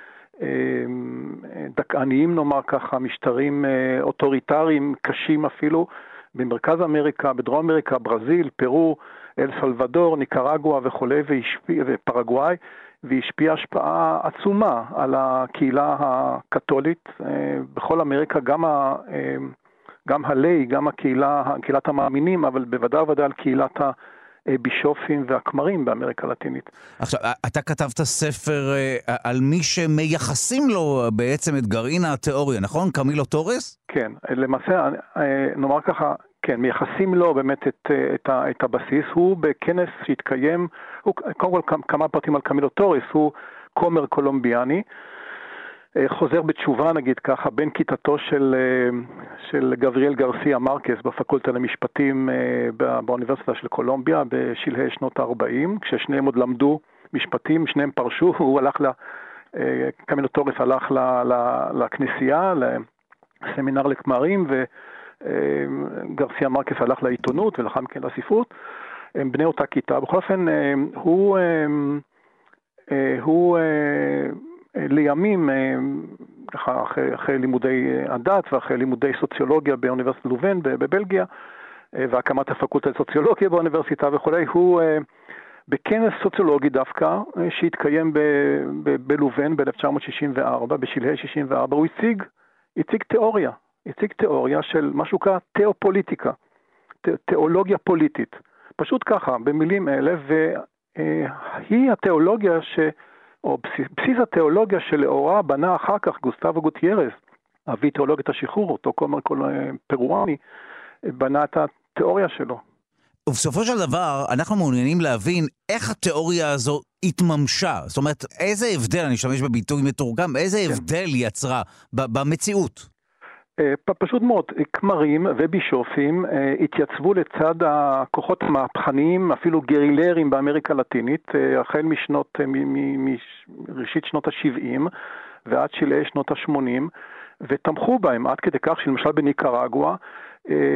דכאניים, נאמר ככה, משטרים אוטוריטריים קשים אפילו, במרכז אמריקה, בדרום אמריקה, ברזיל, פרו, אל סלבדור, ניקרגואה וכו', ופרגוואי, והשפיעה השפעה עצומה על הקהילה הקתולית בכל אמריקה, גם ה... גם הלי, גם הקהילה, קהילת המאמינים, אבל בוודאי ובוודאי על קהילת הבישופים והכמרים באמריקה הלטינית. עכשיו, אתה כתבת ספר על מי שמייחסים לו בעצם את גרעין התיאוריה, נכון? קמילו טורס? כן, למעשה, נאמר ככה, כן, מייחסים לו באמת את, את, את הבסיס. הוא בכנס שהתקיים, הוא, קודם כל כמה פרטים על קמילו טורס, הוא כומר קולומביאני, חוזר בתשובה, נגיד ככה, בין כיתתו של, של גבריאל גרסיה מרקס בפקולטה למשפטים באוניברסיטה של קולומביה בשלהי שנות ה-ארבעים, כששניהם עוד למדו משפטים, שניהם פרשו, הוא הלך, קמילו טורס הלך לכנסייה, לסמינר לכמרים, וגרסיה מרקס הלך לעיתונות ולאחר מכן לספרות, הם בני אותה כיתה. בכל אופן, הוא... הוא לימים, ככה, אחרי, אחרי לימודי הדת ואחרי לימודי סוציולוגיה באוניברסיטת לובן בבלגיה, והקמת הפקולטה לסוציולוגיה באוניברסיטה וכו', הוא בכנס סוציולוגי דווקא, שהתקיים בלובן ב-אלף תשע מאות שישים וארבע, בשלהי שישים וארבע, הוא הציג, הציג תיאוריה, הציג תיאוריה של משהו ככה תיאופוליטיקה, תיאולוגיה פוליטית. פשוט ככה, במילים אלה, והיא התיאולוגיה ש... או בסיס התיאולוגיה שלאורה בנה אחר כך גוסטבו גוטיירס, אבי תיאולוגיית השחרור, אותו כומר פרואני, בנה את התיאוריה שלו. ובסופו של דבר, אנחנו מעוניינים להבין איך התיאוריה הזו התממשה. זאת אומרת, איזה הבדל, אני אשתמש בביטוי מתורגם, איזה הבדל יצרה במציאות? פשוט מאוד, כמרים ובישופים התייצבו לצד הכוחות המהפכניים, אפילו גרילרים באמריקה הלטינית, החל משנות, מראשית שנות ה-שבעים ועד שלהי שנות ה-שמונים, ותמכו בהם עד כדי כך שלמשל בניקרגואה,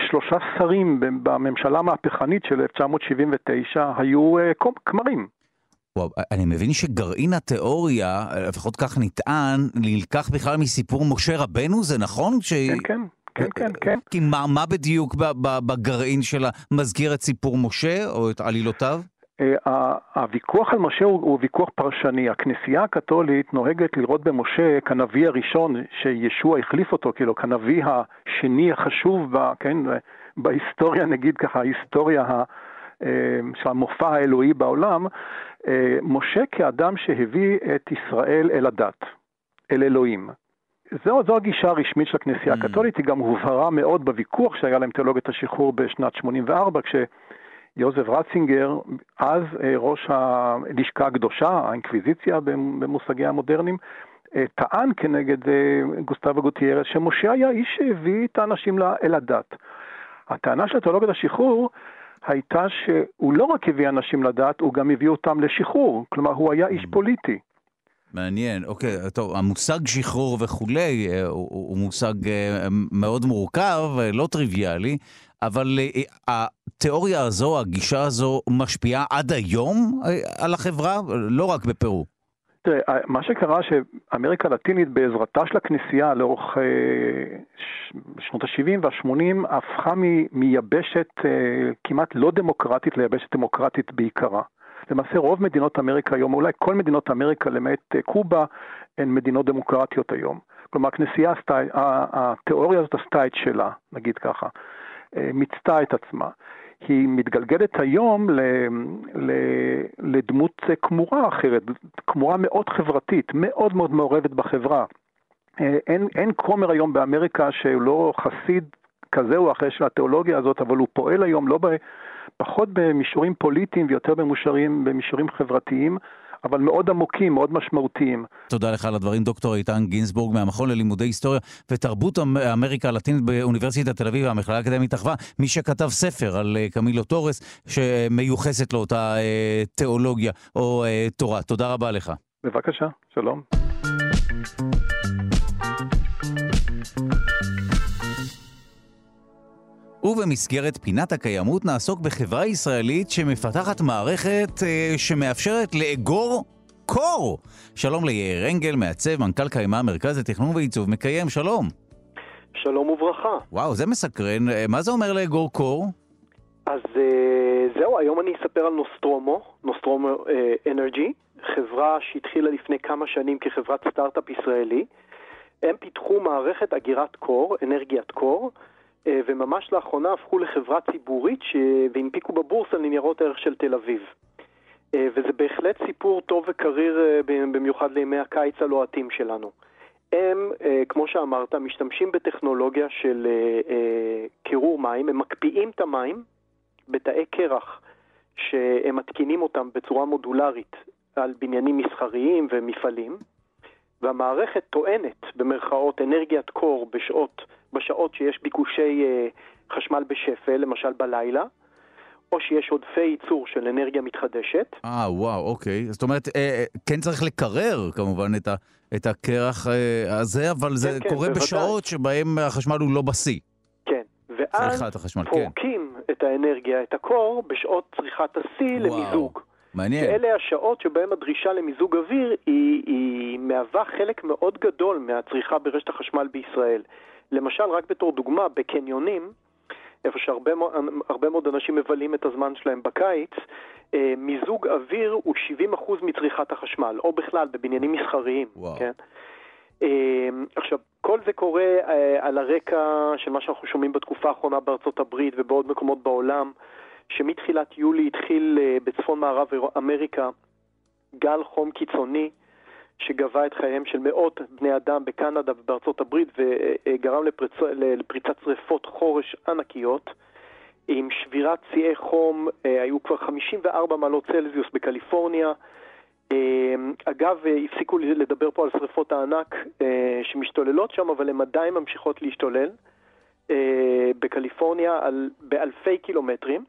שלושה שרים בממשלה המהפכנית של אלף תשע מאות שבעים ותשע היו כמרים. וואו, אני מבין שגרעין התיאוריה, לפחות כך נטען, נלקח בכלל מסיפור משה רבנו, זה נכון? ש... כן, כן. כן, כן, כן. כי מה, מה בדיוק בגרעין שלה מזכיר את סיפור משה או את עלילותיו? הוויכוח על משה הוא, הוא ויכוח פרשני. הכנסייה הקתולית נוהגת לראות במשה כנביא הראשון שישוע החליף אותו, כאילו כנביא השני החשוב ב, כן, בהיסטוריה, נגיד ככה, ההיסטוריה של המופע האלוהי בעולם. משה כאדם שהביא את ישראל אל הדת, אל אלוהים. זו, זו הגישה הרשמית של הכנסייה mm. הקתולית, היא גם הובהרה מאוד בוויכוח שהיה להם תיאולוגיית השחרור בשנת שמונים וארבע, כשיוזף רצינגר, אז ראש הלשכה הקדושה, האינקוויזיציה במושגי המודרניים, טען כנגד גוסטבו גוטיירס, שמשה היה איש שהביא את האנשים אל הדת. הטענה של תיאולוגיית השחרור הייתה שהוא לא רק הביא אנשים לדת, הוא גם הביא אותם לשחרור, כלומר הוא היה איש פוליטי. מעניין, אוקיי, טוב, המושג שחרור וכולי הוא, הוא מושג מאוד מורכב, לא טריוויאלי, אבל התיאוריה הזו, הגישה הזו, משפיעה עד היום על החברה, לא רק בפרו. תראה, מה שקרה שאמריקה הלטינית בעזרתה של הכנסייה לאורך שנות ה-שבעים וה-שמונים הפכה מיבשת כמעט לא דמוקרטית ליבשת דמוקרטית בעיקרה. למעשה רוב מדינות אמריקה היום, אולי כל מדינות אמריקה למעט קובה, הן מדינות דמוקרטיות היום. כלומר, הכנסייה, התיאוריה הזאת עשתה את שלה, נגיד ככה, מיצתה את עצמה. היא מתגלגלת היום ל, ל, לדמות כמורה אחרת, כמורה מאוד חברתית, מאוד מאוד מעורבת בחברה. אין, אין כומר היום באמריקה שהוא לא חסיד כזה או אחרי של התיאולוגיה הזאת, אבל הוא פועל היום לא ב... פחות במישורים פוליטיים ויותר במישורים, במישורים חברתיים, אבל מאוד עמוקים, מאוד משמעותיים. תודה לך על הדברים, דוקטור איתן גינזבורג, מהמכון ללימודי היסטוריה ותרבות אמריקה הלטינית באוניברסיטת תל אביב, המכללה האקדמית אחווה, מי שכתב ספר על קמילו טורס, שמיוחסת לו אותה תיאולוגיה או תורה. תודה רבה לך. בבקשה, שלום. ובמסגרת פינת הקיימות נעסוק בחברה ישראלית שמפתחת מערכת אה, שמאפשרת לאגור קור. שלום ליאיר אנגל, מעצב, מנכ"ל קיימה, מרכז לתכנון ועיצוב מקיים, שלום. שלום וברכה. וואו, זה מסקרן. מה זה אומר לאגור קור? אז אה, זהו, היום אני אספר על נוסטרומו, נוסטרומו אה, אנרגי, חברה שהתחילה לפני כמה שנים כחברת סטארט-אפ ישראלי. הם פיתחו מערכת אגירת קור, אנרגיית קור, וממש לאחרונה הפכו לחברה ציבורית והנפיקו בבורסה לניירות ערך של תל אביב. וזה בהחלט סיפור טוב וקריר במיוחד לימי הקיץ הלוהטים שלנו. הם, כמו שאמרת, משתמשים בטכנולוגיה של קירור מים, הם מקפיאים את המים בתאי קרח שהם מתקינים אותם בצורה מודולרית על בניינים מסחריים ומפעלים, והמערכת טוענת במרכאות אנרגיית קור בשעות, בשעות שיש ביקושי אה, חשמל בשפל, למשל בלילה, או שיש עודפי ייצור של אנרגיה מתחדשת. אה, וואו, אוקיי. זאת אומרת, אה, כן צריך לקרר כמובן את, ה, את הקרח אה, הזה, אבל זה כן, קורה כן, בשעות שבהם החשמל הוא לא בשיא. כן, ואז פורקים כן. את האנרגיה, את הקור, בשעות צריכת השיא למיזוג. מעניין. ואלה השעות שבהם הדרישה למיזוג אוויר היא, היא מהווה חלק מאוד גדול מהצריכה ברשת החשמל בישראל. למשל, רק בתור דוגמה, בקניונים, איפה שהרבה הרבה מאוד אנשים מבלים את הזמן שלהם בקיץ, אה, מיזוג אוויר הוא שבעים אחוז מצריכת החשמל, או בכלל בבניינים מסחריים. כן? אה, עכשיו, כל זה קורה אה, על הרקע של מה שאנחנו שומעים בתקופה האחרונה בארצות הברית ובעוד מקומות בעולם, שמתחילת יולי התחיל uh, בצפון מערב אמריקה גל חום קיצוני שגבה את חייהם של מאות בני אדם בקנדה ובארצות הברית וגרם לפריצ... לפריצת שריפות חורש ענקיות עם שבירת שיאי חום. uh, היו כבר חמישים וארבע מעלות צלזיוס בקליפורניה. uh, אגב, uh, הפסיקו לדבר פה על שריפות הענק uh, שמשתוללות שם, אבל הן עדיין ממשיכות להשתולל uh, בקליפורניה על... באלפי קילומטרים.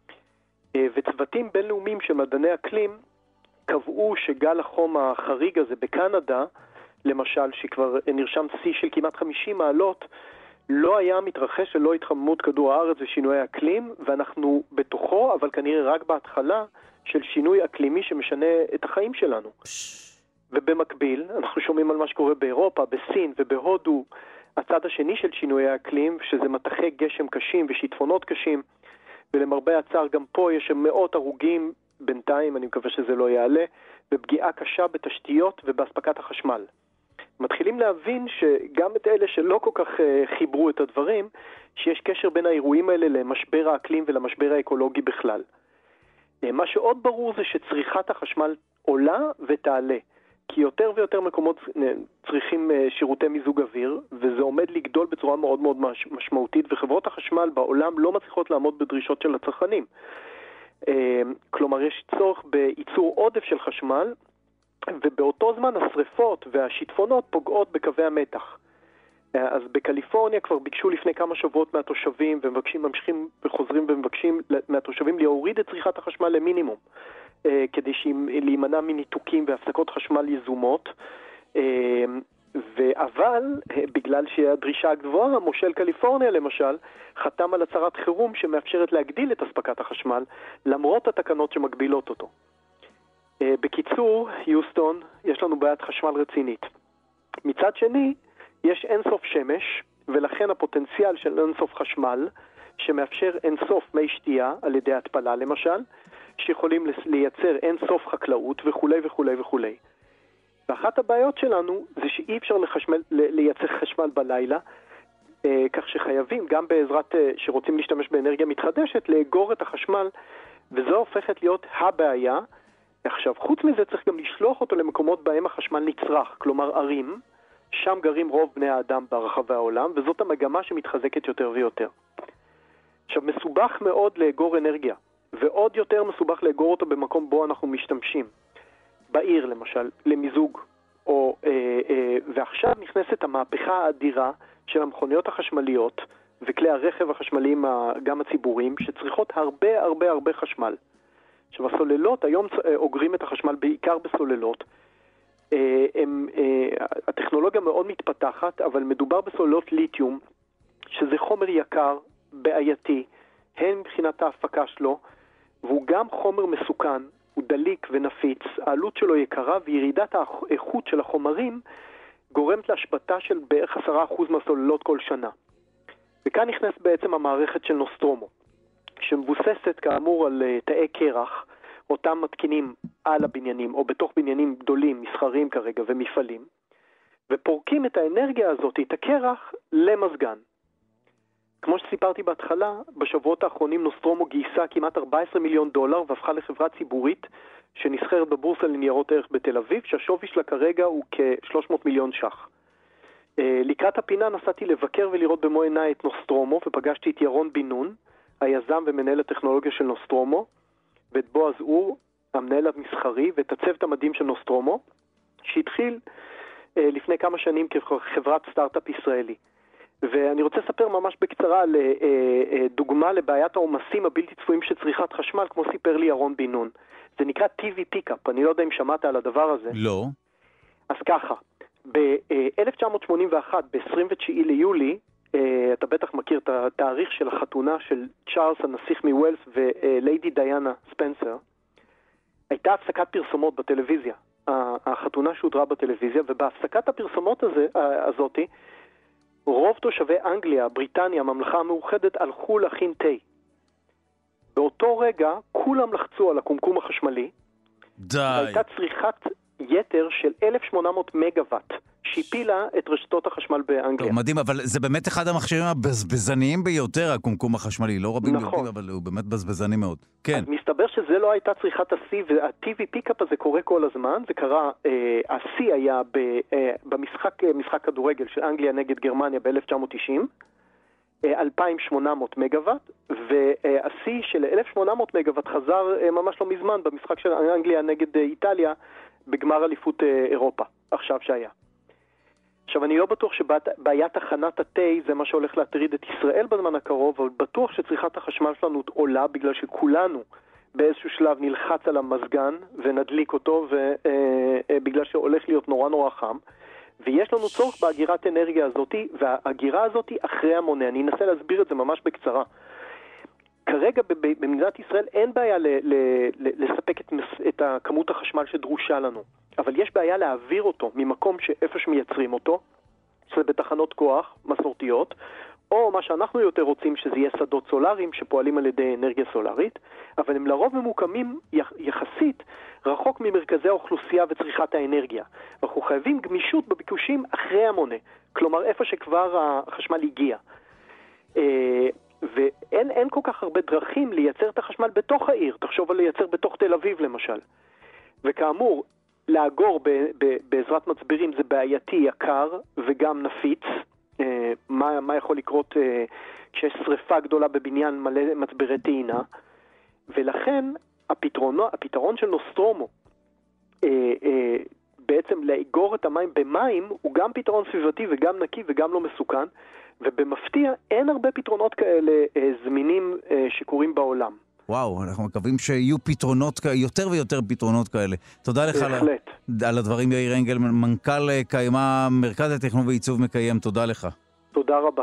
וצוותים בינלאומיים של מדעני אקלים קבעו שגל החום החריג הזה בקנדה, למשל, שכבר נרשם שיא של כמעט חמישים מעלות, לא היה מתרחש ללא התחממות כדור הארץ ושינוי האקלים, ואנחנו בתוכו, אבל כנראה רק בהתחלה, של שינוי אקלימי שמשנה את החיים שלנו. ובמקביל, אנחנו שומעים על מה שקורה באירופה, בסין ובהודו, הצד השני של שינוי האקלים, שזה מטחי גשם קשים ושיטפונות קשים, ולמרבה הצער גם פה יש מאות הרוגים בינתיים, אני מקווה שזה לא יעלה, ופגיעה קשה בתשתיות ובהספקת החשמל. מתחילים להבין שגם את אלה שלא כל כך חיברו את הדברים, שיש קשר בין האירועים האלה למשבר האקלים ולמשבר האקולוגי בכלל. מה שעוד ברור זה שצריכת החשמל עולה ותעלה, כי יותר ויותר מקומות צריכים שירותי מיזוג אוויר, וזה עומד לגדול בצורה מאוד מאוד משמעותית, וחברות החשמל בעולם לא מצליחות לעמוד בדרישות של הצרכנים. כלומר, יש צורך בייצור עודף של חשמל, ובאותו זמן השריפות והשיטפונות פוגעות בקווי המתח. אז בקליפורניה כבר ביקשו לפני כמה שבועות מהתושבים, ומבקשים, ממשיכים וחוזרים ומבקשים מהתושבים להוריד את צריכת החשמל למינימום, כדי להימנע מניתוקים והפסקות חשמל יזומות. אבל בגלל שהדרישה הגבוהה, מושל קליפורניה למשל, חתם על הצהרת חירום שמאפשרת להגדיל את הספקת החשמל, למרות התקנות שמגבילות אותו. בקיצור, יוסטון, יש לנו בעיית חשמל רצינית. מצד שני, יש אינסוף שמש, ולכן הפוטנציאל של אינסוף חשמל, שמאפשר אינסוף מי שתייה, על ידי התפלה למשל, שיכולים לייצר אינסוף חקלאות וכו' וכו' וכו'. ואחת הבעיות שלנו זה שאי אפשר לחשמל, לייצר חשמל בלילה, כך שחייבים, גם בעזרת שרוצים להשתמש באנרגיה מתחדשת, לאגור את החשמל, וזו הופכת להיות הבעיה. עכשיו, חוץ מזה צריך גם לשלוח אותו למקומות בהם החשמל נצרך, כלומר ערים, שם גרים רוב בני האדם ברחבי העולם, וזאת המגמה שמתחזקת יותר ויותר. עכשיו, מסובך מאוד לאגור אנרגיה, ועוד יותר מסובך לאגור אותו במקום בו אנחנו משתמשים. בעיר למשל, למיזוג, או, אה, אה, ועכשיו נכנסת המהפכה האדירה של המכוניות החשמליות, וכלי הרכב החשמליים גם הציבוריים, שצריכות הרבה הרבה הרבה חשמל. עכשיו, הסוללות, היום אוגרים את החשמל בעיקר בסוללות. הם, הטכנולוגיה מאוד מתפתחת, אבל מדובר בסוללות ליתיום, שזה חומר יקר, בעייתי, הן מבחינת ההפקה שלו, והוא גם חומר מסוכן, הוא דליק ונפיץ, העלות שלו יקרה, וירידת האיכות של החומרים גורמת להשבתה של בערך עשרה אחוז מהסוללות כל שנה. וכאן נכנס בעצם המערכת של נוסטרומו, שמבוססת כאמור על תאי קרח, אותם מתקינים על הבניינים, או בתוך בניינים גדולים, מסחריים כרגע, ומפעלים, ופורקים את האנרגיה הזאת, את הקרח, למזגן. כמו שסיפרתי בהתחלה, בשבועות האחרונים נוסטרומו גייסה כמעט ארבעה עשר מיליון דולר, והפכה לחברה ציבורית שנסחרת בבורסה לניירות ערך בתל אביב, שהשווי שלה כרגע הוא כ-שלוש מאות מיליון ש"ח. לקראת הפינה נסעתי לבקר ולראות במו עיניי את נוסטרומו, ופגשתי את ירון בן נון, היזם ומנהל הטכנולוגיה של נוסטרומו, ואת בועז אור, המנהל המסחרי, ואת הצוות המדהים של נוסטרומו, שהתחיל אה, לפני כמה שנים כחברת סטארט-אפ ישראלי. ואני רוצה לספר ממש בקצרה על אה, אה, דוגמה לבעיית העומסים הבלתי צפויים של צריכת חשמל, כמו סיפר לי ירון בן נון. זה נקרא טי וי פיקאפ, אני לא יודע אם שמעת על הדבר הזה. לא. אז ככה, ב-אלף תשע מאות שמונים ואחת, ב-עשרים ותשעה ליולי, אתה בטח מכיר את התאריך של החתונה של צ'ארלס הנסיך מווילס וליידי דיאנה ספנסר. הייתה הפסקת פרסומות בטלוויזיה. החתונה שהודרה בטלוויזיה, ובהפסקת הפרסומות הזה, הזאת, רוב תושבי אנגליה, בריטניה, הממלכה המאוחדת, הלכו להכין תה. באותו רגע, כולם לחצו על הקומקום החשמלי. די. והייתה צריכת יתר של אלף שמונה מאות מגוואט, שהפילה את רשתות החשמל באנגליה. טוב, מדהים, אבל זה באמת אחד המכשירים הבזבזניים ביותר, הקומקום החשמלי. לא רבים נכון. יודעים, אבל הוא באמת בזבזני מאוד. כן. אז מסתבר שזה לא הייתה צריכת ה-C, וה-טי וי פיקאפ הזה קורה כל הזמן. זה קרה, אה, ה-C היה ב, אה, במשחק משחק כדורגל של אנגליה נגד גרמניה ב-אלף תשע מאות תשעים, אה, אלפיים ושמונה מאות מגוואט, וה-C של אלף שמונה מאות מגוואט חזר אה, ממש לא מזמן במשחק של אנגליה נגד אה, איטליה, בגמר אליפות אה, אירופה, עכשיו שהיה. עכשיו, אני לא בטוח שבעיית הכנת התה זה מה שהולך להטריד את ישראל בזמן הקרוב, אבל בטוח שצריכת החשמל שלנו עולה, בגלל שכולנו באיזשהו שלב נלחץ על המזגן ונדליק אותו, ובגלל שהולך להיות נורא נורא חם. ויש לנו צורך בהגירת אנרגיה הזאת, וההגירה הזאת אחרי המונה. אני אנסה להסביר את זה ממש בקצרה. כרגע במדינת ישראל אין בעיה ל- ל- ל- לספק את, את כמות החשמל שדרושה לנו, אבל יש בעיה להעביר אותו ממקום שאיפה שמייצרים אותו, שזה בתחנות כוח מסורתיות, או מה שאנחנו יותר רוצים שזה יהיה שדות סולאריים שפועלים על ידי אנרגיה סולארית, אבל הם לרוב ממוקמים יחסית רחוק ממרכזי האוכלוסייה וצריכת האנרגיה. אנחנו חייבים גמישות בביקושים אחרי המונה, כלומר איפה שכבר החשמל הגיע. ואין אין כל כך הרבה דרכים לייצר את החשמל בתוך העיר. תחשוב על לייצר בתוך תל אביב למשל. וכאמור, לאגור ב, ב, בעזרת מצברים זה בעייתי, יקר וגם נפיץ. אה, מה, מה יכול לקרות אה, כשיש שריפה גדולה בבניין מלא מצברי טעינה. ולכן הפתרון, הפתרון של נוסטרומו, אה, אה, בעצם לאגור את המים במים, הוא גם פתרון סביבתי וגם נקי וגם לא מסוכן. ובמפתיע אין הרבה פתרונות כאלה אה, זמינים אה, שקורים בעולם. וואו, אנחנו מקווים שיהיו פתרונות, יותר ויותר פתרונות כאלה. תודה לך על, על הדברים, יאיר אנגל, מנכ"ל קיימה, מרכז התכנון ועיצוב מקיים. תודה לך. תודה רבה.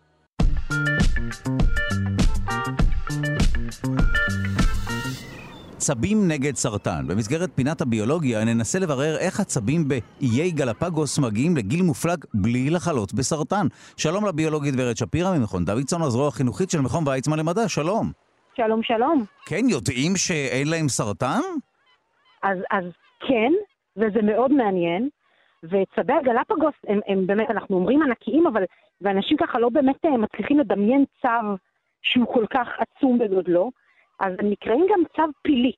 צבים נגד סרטן. במסגרת פינת הביולוגיה ננסה לברר איך הצבים באיי גלפגוס מגיעים לגיל מופלג בלי לחלות בסרטן. שלום לביולוגית ורד שפירא ממכון דוידסון, הזרוע החינוכית של מכון ויצמן למדע. שלום. שלום, שלום. כן, יודעים שאין להם סרטן? אז, אז כן, וזה מאוד מעניין. וצבי הגלפגוס הם, הם באמת, אנחנו אומרים ענקיים, אבל ואנשים ככה לא באמת מצליחים לדמיין צב שהוא כל כך עצום בגודלו. אז הם נקראים גם צב פילי,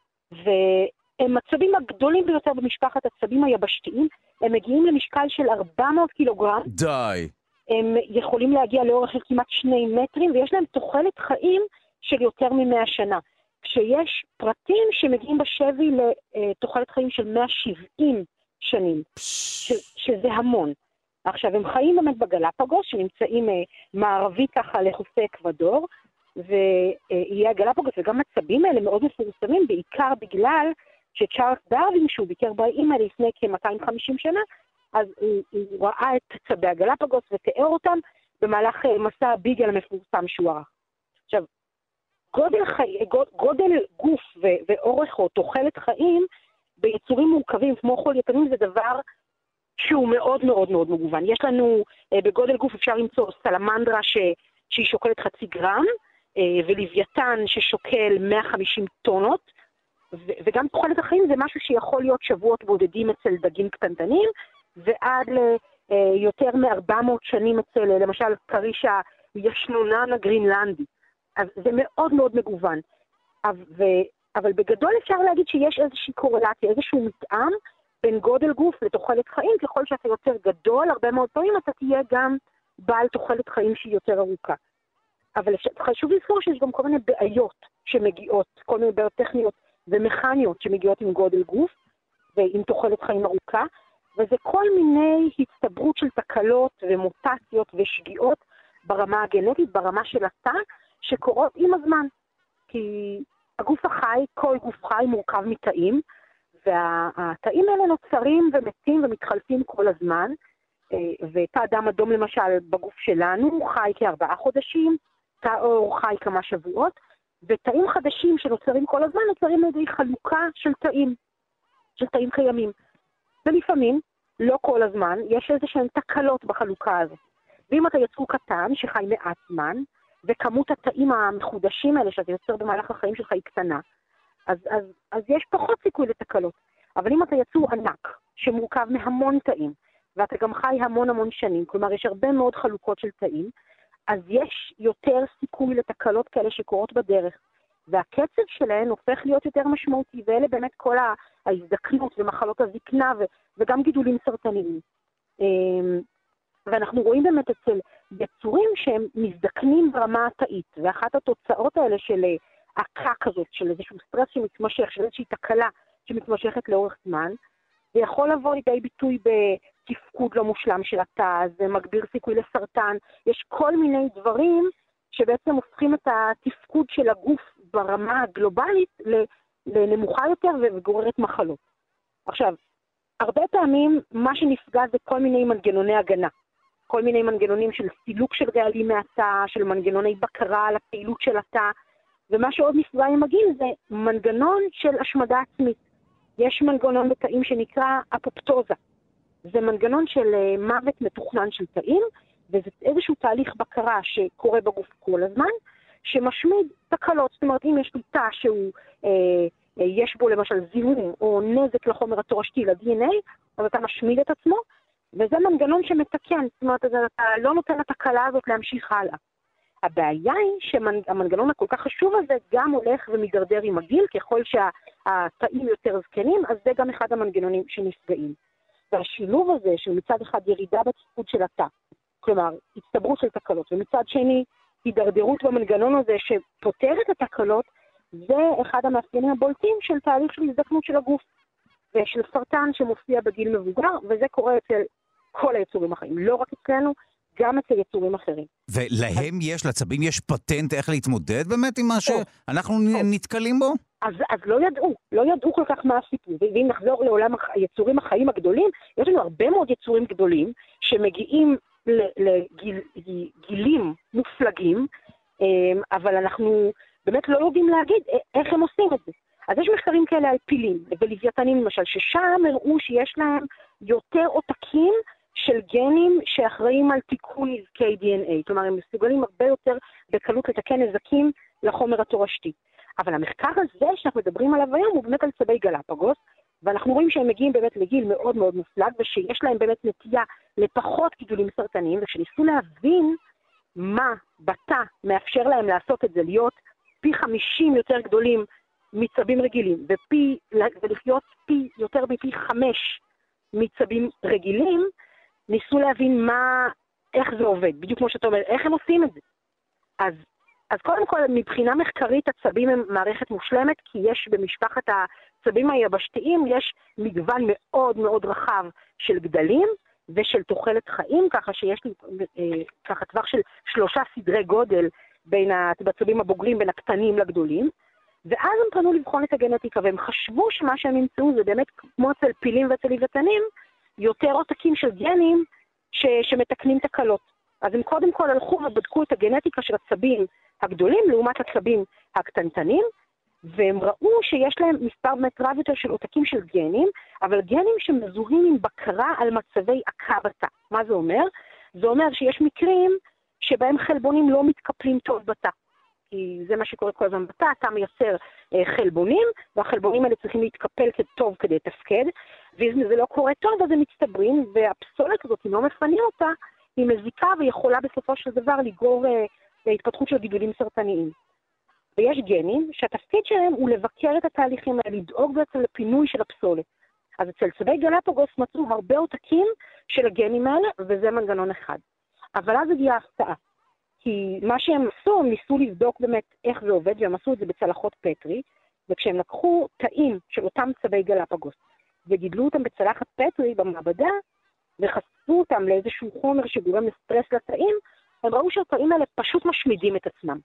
והם הצבים הגדולים ביותר במשפחת הצבים היבשתיים. הם מגיעים למשקל של ארבע מאות קילוגרם. די. הם יכולים להגיע לאורך של כמעט שני מטרים, ויש להם תוחלת חיים של יותר ממאה שנה. כשיש פרטים שמגיעים בשבי לתוחלת חיים של מאה ושבעים שנים, ש, שזה המון. עכשיו, הם חיים באמת בגלפגוס, שנמצאים מערבית ככה לחופי אקוודור, ואיי הגלפגוס וגם הצבים האלה מאוד מפורסמים, בעיקר בגלל שצ'ארלס דרווין, שהוא ביקר באיים האלה לפני כ-מאתיים וחמישים שנה, אז הוא, הוא ראה את צבי הגלפגוס ותיאר אותם במהלך מסע הביגל המפורסם שהוא ערך. עכשיו, גודל, חי, גודל גוף ו, ואורך או תוחלת חיים ביצורים מורכבים כמו חול יתמים זה דבר שהוא מאוד מאוד מאוד מגוון. יש לנו בגודל גוף אפשר למצוא סלמנדרה ש, שהיא שוקלת חצי גרם, ולוויתן ששוקל מאה וחמישים טונות, ו- וגם תוחלת החיים זה משהו שיכול להיות שבועות בודדים אצל דגים קטנטנים, ועד ליותר מ-ארבע מאות שנים אצל, למשל, קרישה ישנונן הגרינלנדי. אז זה מאוד מאוד מגוון. אבל, אבל בגדול אפשר להגיד שיש איזושהי קורלציה, איזשהו מתאם בין גודל גוף לתוחלת חיים. ככל שאתה יותר גדול, הרבה מאוד פעמים אתה תהיה גם בעל תוחלת חיים שהיא יותר ארוכה. אבל חשוב לזכור שיש גם כל מיני בעיות שמגיעות, כל מיני בעיות טכניות ומכניות שמגיעות עם גודל גוף ועם תוחלת חיים ארוכה, וזה כל מיני הצטברות של תקלות ומוטציות ושגיאות ברמה הגנטית, ברמה של התא, שקורות עם הזמן. כי הגוף החי, כל גוף חי מורכב מתאים, והתאים האלה נוצרים ומתים ומתחלפים כל הזמן, ותא דם אדום למשל בגוף שלנו חי כארבעה חודשים, תא עור חי כמה שבועות, ותאים חדשים שנוצרים כל הזמן נוצרים על ידי חלוקה של תאים, של תאים קיימים. ולפעמים, לא כל הזמן, יש איזשהן תקלות בחלוקה הזאת. ואם אתה יצור קטן שחי מעט זמן, וכמות התאים המחודשים האלה שאתה יוצר במהלך החיים שלך היא קטנה, אז, אז, אז יש פחות סיכוי לתקלות. אבל אם אתה יצור ענק שמורכב מהמון תאים, ואתה גם חי המון המון שנים, כלומר יש הרבה מאוד חלוקות של תאים, אז יש יותר סיכוי לתקלות כאלה שקורות בדרך, והקצב שלהן הופך להיות יותר משמעותי, ואלה באמת כל ההזדקנות ומחלות הזקנה ו- וגם גידולים סרטניים. ואנחנו רואים באמת אצל יצורים שהם מזדקנים ברמה התאית, ואחת התוצאות האלה של עקה כזאת, של איזשהו סטרס שמתמשך, של איזושהי תקלה שמתמשכת לאורך זמן, זה יכול לבוא לידי ביטוי בתפקוד לא מושלם של התא, זה מגביר סיכוי לסרטן, יש כל מיני דברים שבעצם הופכים את התפקוד של הגוף ברמה הגלובלית לנמוכה יותר וגוררת מחלות. עכשיו, הרבה פעמים מה שנפגע זה כל מיני מנגנוני הגנה. כל מיני מנגנונים של סילוק של רעלים מהתא, של מנגנוני בקרה על הפעילות של התא, ומה שעוד נפגע עם הגיל זה מנגנון של השמדה עצמית. יש מנגנון בתאים שנקרא אפופטוזה. זה מנגנון של uh, מוות מתוכנן של תאים, וזה איזשהו תהליך בקרה שקורה בגוף כל הזמן, שמשמיד תקלות. זאת אומרת, אם יש לי תא שהוא, אה, אה, יש בו למשל זיהום או נזק לחומר התורשתי, ל-די אן איי, אז אתה משמיד את עצמו, וזה מנגנון שמתקן. זאת אומרת, אתה לא נותן לתקלה הזאת להמשיך הלאה. הבעיה היא שהמנגנון הכל כך חשוב הזה גם הולך ומדרדר עם הגיל, ככל שהתאים יותר זקנים, אז זה גם אחד המנגנונים שנפגעים. והשילוב הזה של מצד אחד ירידה בתפקוד של התא, כלומר, הצטברות של תקלות, ומצד שני, הידרדרות במנגנון הזה שפותר את התקלות, זה אחד המאפיינים הבולטים של תהליך של הזדקנות של הגוף, ושל סרטן שמופיע בגיל מבוגר, וזה קורה אצל כל היצורים החיים, לא רק אצלנו, גם אצל יצורים אחרים. ולהם יש, לצבים יש פטנט איך להתמודד באמת עם מה שאנחנו נתקלים בו? אז, אז לא ידעו, לא ידעו כל כך מה הסיפור. ואם נחזור לעולם היצורים החיים הגדולים, יש לנו הרבה מאוד יצורים גדולים שמגיעים לגילים מופלגים, אבל אנחנו באמת לא יודעים להגיד איך הם עושים את זה. אז יש מחקרים כאלה על פילים ולוויתנים למשל, ששם הראו שיש להם יותר עותקים של גנים שאחראים על תיקון נזקי די אן איי. כלומר, הם מסוגלים הרבה יותר בקלות לתקן נזקים לחומר התורשתי. אבל המחקר הזה שאנחנו מדברים עליו היום הוא באמת על צבי גלפגוס, ואנחנו רואים שהם מגיעים באמת לגיל מאוד מאוד מופלג, ושיש להם באמת נטייה לפחות גידולים סרטניים, וכשניסו להבין מה בתא מאפשר להם לעשות את זה, להיות פי חמישים יותר גדולים מצבים רגילים, ופי, ולחיות פי, יותר מפי חמש מצבים רגילים, ניסו להבין מה, איך זה עובד, בדיוק כמו שאתה אומר, איך הם עושים את זה. אז, אז קודם כל, מבחינה מחקרית, הצבים הם מערכת מושלמת, כי יש במשפחת הצבים היבשתיים, יש מגוון מאוד מאוד רחב של גדלים, ושל תוחלת חיים, ככה שיש לי, אה, ככה טווח של שלושה סדרי גודל, בין הצבים הבוגרים, בין הקטנים לגדולים, ואז הם פנו לבחון את הגנטיקה, והם חשבו שמה שהם ימצאו זה באמת, כמו אצל פילים ואצל לוויתנים, יותר עותקים של גנים ש, שמתקנים תקלות. אז הם קודם כל הלכו ובדקו את הגנטיקה של הצבים הגדולים, לעומת הצבים הקטנטנים, והם ראו שיש להם מספר רב יותר של עותקים של גנים, אבל גנים שמזוהים עם בקרה על מצבי עקה בתא. מה זה אומר? זה אומר שיש מקרים שבהם חלבונים לא מתקפלים טוב בתא. כי זה מה שקורה כל הזמן בתא, אתה מייצר אה, חלבונים, והחלבונים האלה צריכים להתקפל טוב כדי לתפקד, ואם זה לא קורה טוב, אז הם מצטברים, והפסולת הזאת, אם לא מפנים אותה, היא מזיקה ויכולה בסופו של דבר לגרור אה, להתפתחות של גידולים סרטניים. ויש גנים שהתפקיד שלהם הוא לבקר את התהליכים האלה, לדאוג בעצם לפינוי של הפסולת. אז אצל צבי גלפגוס מצאו הרבה עותקים של הגנים האלה, וזה מנגנון אחד. אבל אז הגיעה ההפתעה. כי מה שהם עשו, הם ניסו לבדוק באמת איך זה עובד, והם עשו את זה בצלחות פטרי, וכשהם לקחו תאים של אותם צבי גלפגוס, וגידלו אותם בצלחת פטרי במעבדה, וחשפו אותם לאיזשהו חומר שגורם לסטרס לתאים, הם ראו שהתאים האלה פשוט משמידים את עצמם.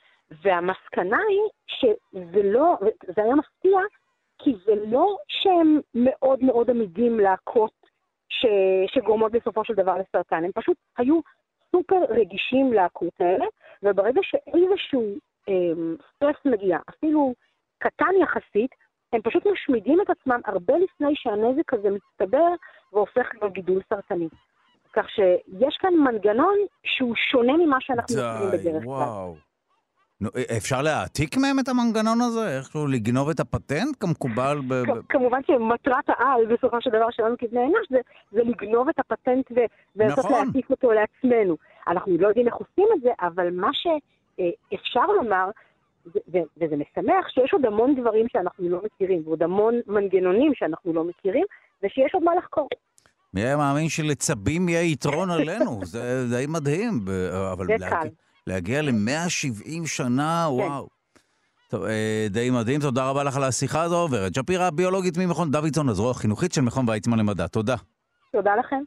והמסקנה היא שזה לא, זה היה מפתיע, כי זה לא שהם מאוד מאוד עמידים להכות ש, שגורמות בסופו של דבר לסרטן, הם פשוט היו סופר רגישים להכות האלה, וברגע שאיזשהו אה, סטרס מגיע, אפילו קטן יחסית, הם פשוט משמידים את עצמם הרבה לפני שהנזק הזה מצטבר והופך לגידול סרטני. כך שיש כאן מנגנון שהוא שונה ממה שאנחנו מכירים בדרך כלל. וואו. אפשר להעתיק מהם את המנגנון הזה? איכשהו לגנוב את הפטנט כמקובל? ב... כמובן שמטרת העל בסופו של דבר שלנו כבני אנוש זה, זה לגנוב את הפטנט ולנסות נכון. להעתיק אותו לעצמנו. אנחנו לא יודעים איך עושים את זה, אבל מה שאפשר לומר, וזה משמח, שיש עוד המון דברים שאנחנו לא מכירים, ועוד המון מנגנונים שאנחנו לא מכירים, ושיש עוד מה לחקור. מי היה מאמין שלצבים יהיה יתרון עלינו? זה די מדהים. אבל זה קל. להגיע ל-מאה שבעים שנה, וואו. טוב, די מדהים, תודה רבה לך על השיחה הזו. ורד שפירא, ביולוגית ממכון דוידסון, הזרוע החינוכית של מכון ויצמן למדע. תודה. תודה לכם.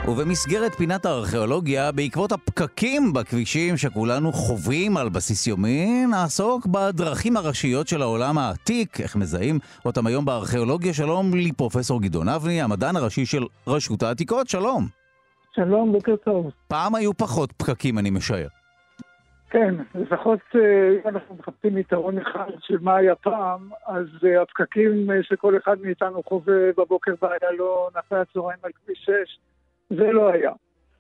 ובמסגרת פינת הארכיאולוגיה, בעקבות הפקקים בכבישים שכולנו חווים על בסיס יומי, נעסוק בדרכים הראשיות של העולם העתיק, איך מזהים אותם היום בארכיאולוגיה. שלום לפרופסור גדעון אבני, המדען הראשי של רשות העתיקות. שלום. שלום, בוקר טוב. פעם היו פחות פקקים, אני משער. כן, לפחות אם אנחנו מחפשים יתרון אחד של מה היה פעם, אז הפקקים שכל אחד מאיתנו חווה בבוקר באיילון, אחרי הצהריים על כביש שש, זה לא היה.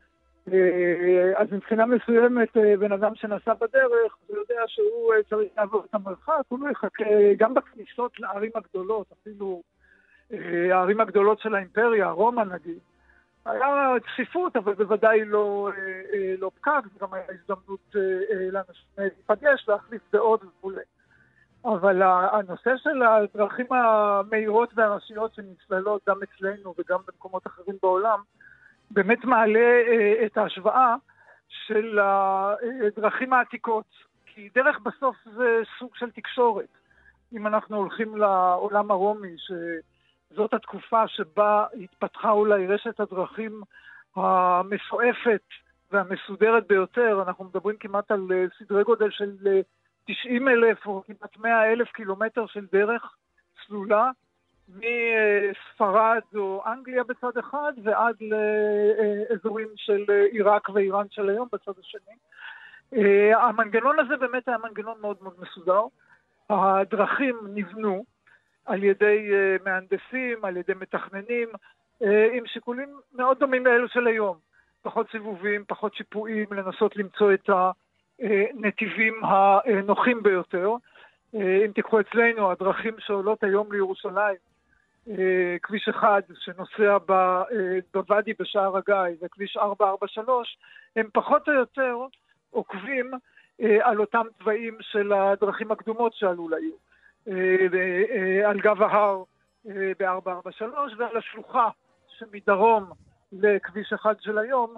אז מבחינה מסוימת, בן אדם שנסע בדרך, הוא יודע שהוא צריך לעבור את המרחק, הוא לא יחכה, גם בכניסות לערים הגדולות, אפילו הערים הגדולות של האימפריה, רומא נגיד, היה צפיפות, אבל בוודאי לא, לא פקק, גם היה הזדמנות לאנשים להיפגש, להחליף דעות וכו'. אבל הנושא של הדרכים המהירות והראשיות שנצללות גם אצלנו וגם במקומות אחרים בעולם, באמת מעלה את ההשוואה של הדרכים העתיקות, כי דרך בסוף זה סוג של תקשורת. אם אנחנו הולכים לעולם הרומי, שזאת התקופה שבה התפתחה אולי רשת הדרכים המסועפת והמסודרת ביותר, אנחנו מדברים כמעט על סדרי גודל של תשעים אלף או כמעט מאה אלף קילומטר של דרך סלולה, מספרד או אנגליה בצד אחד ועד לאזורים של עיראק ואיראן של היום בצד השני. המנגנון הזה באמת היה מנגנון מאוד מאוד מסודר. הדרכים נבנו על ידי מהנדסים, על ידי מתכננים, עם שיקולים מאוד דומים לאלו של היום. פחות סיבובים, פחות שיפועים, לנסות למצוא את הנתיבים הנוחים ביותר. אם תיקחו אצלנו, הדרכים שעולות היום לירושלים, כביש אחד שנוסע בוואדי בשער הגיא וכביש ארבע ארבע שלוש, הם פחות או יותר עוקבים על אותם צבעים של הדרכים הקדומות שעלו לעיר. על גב ההר ב-ארבע ארבע שלוש ועל השלוחה שמדרום לכביש אחד של היום,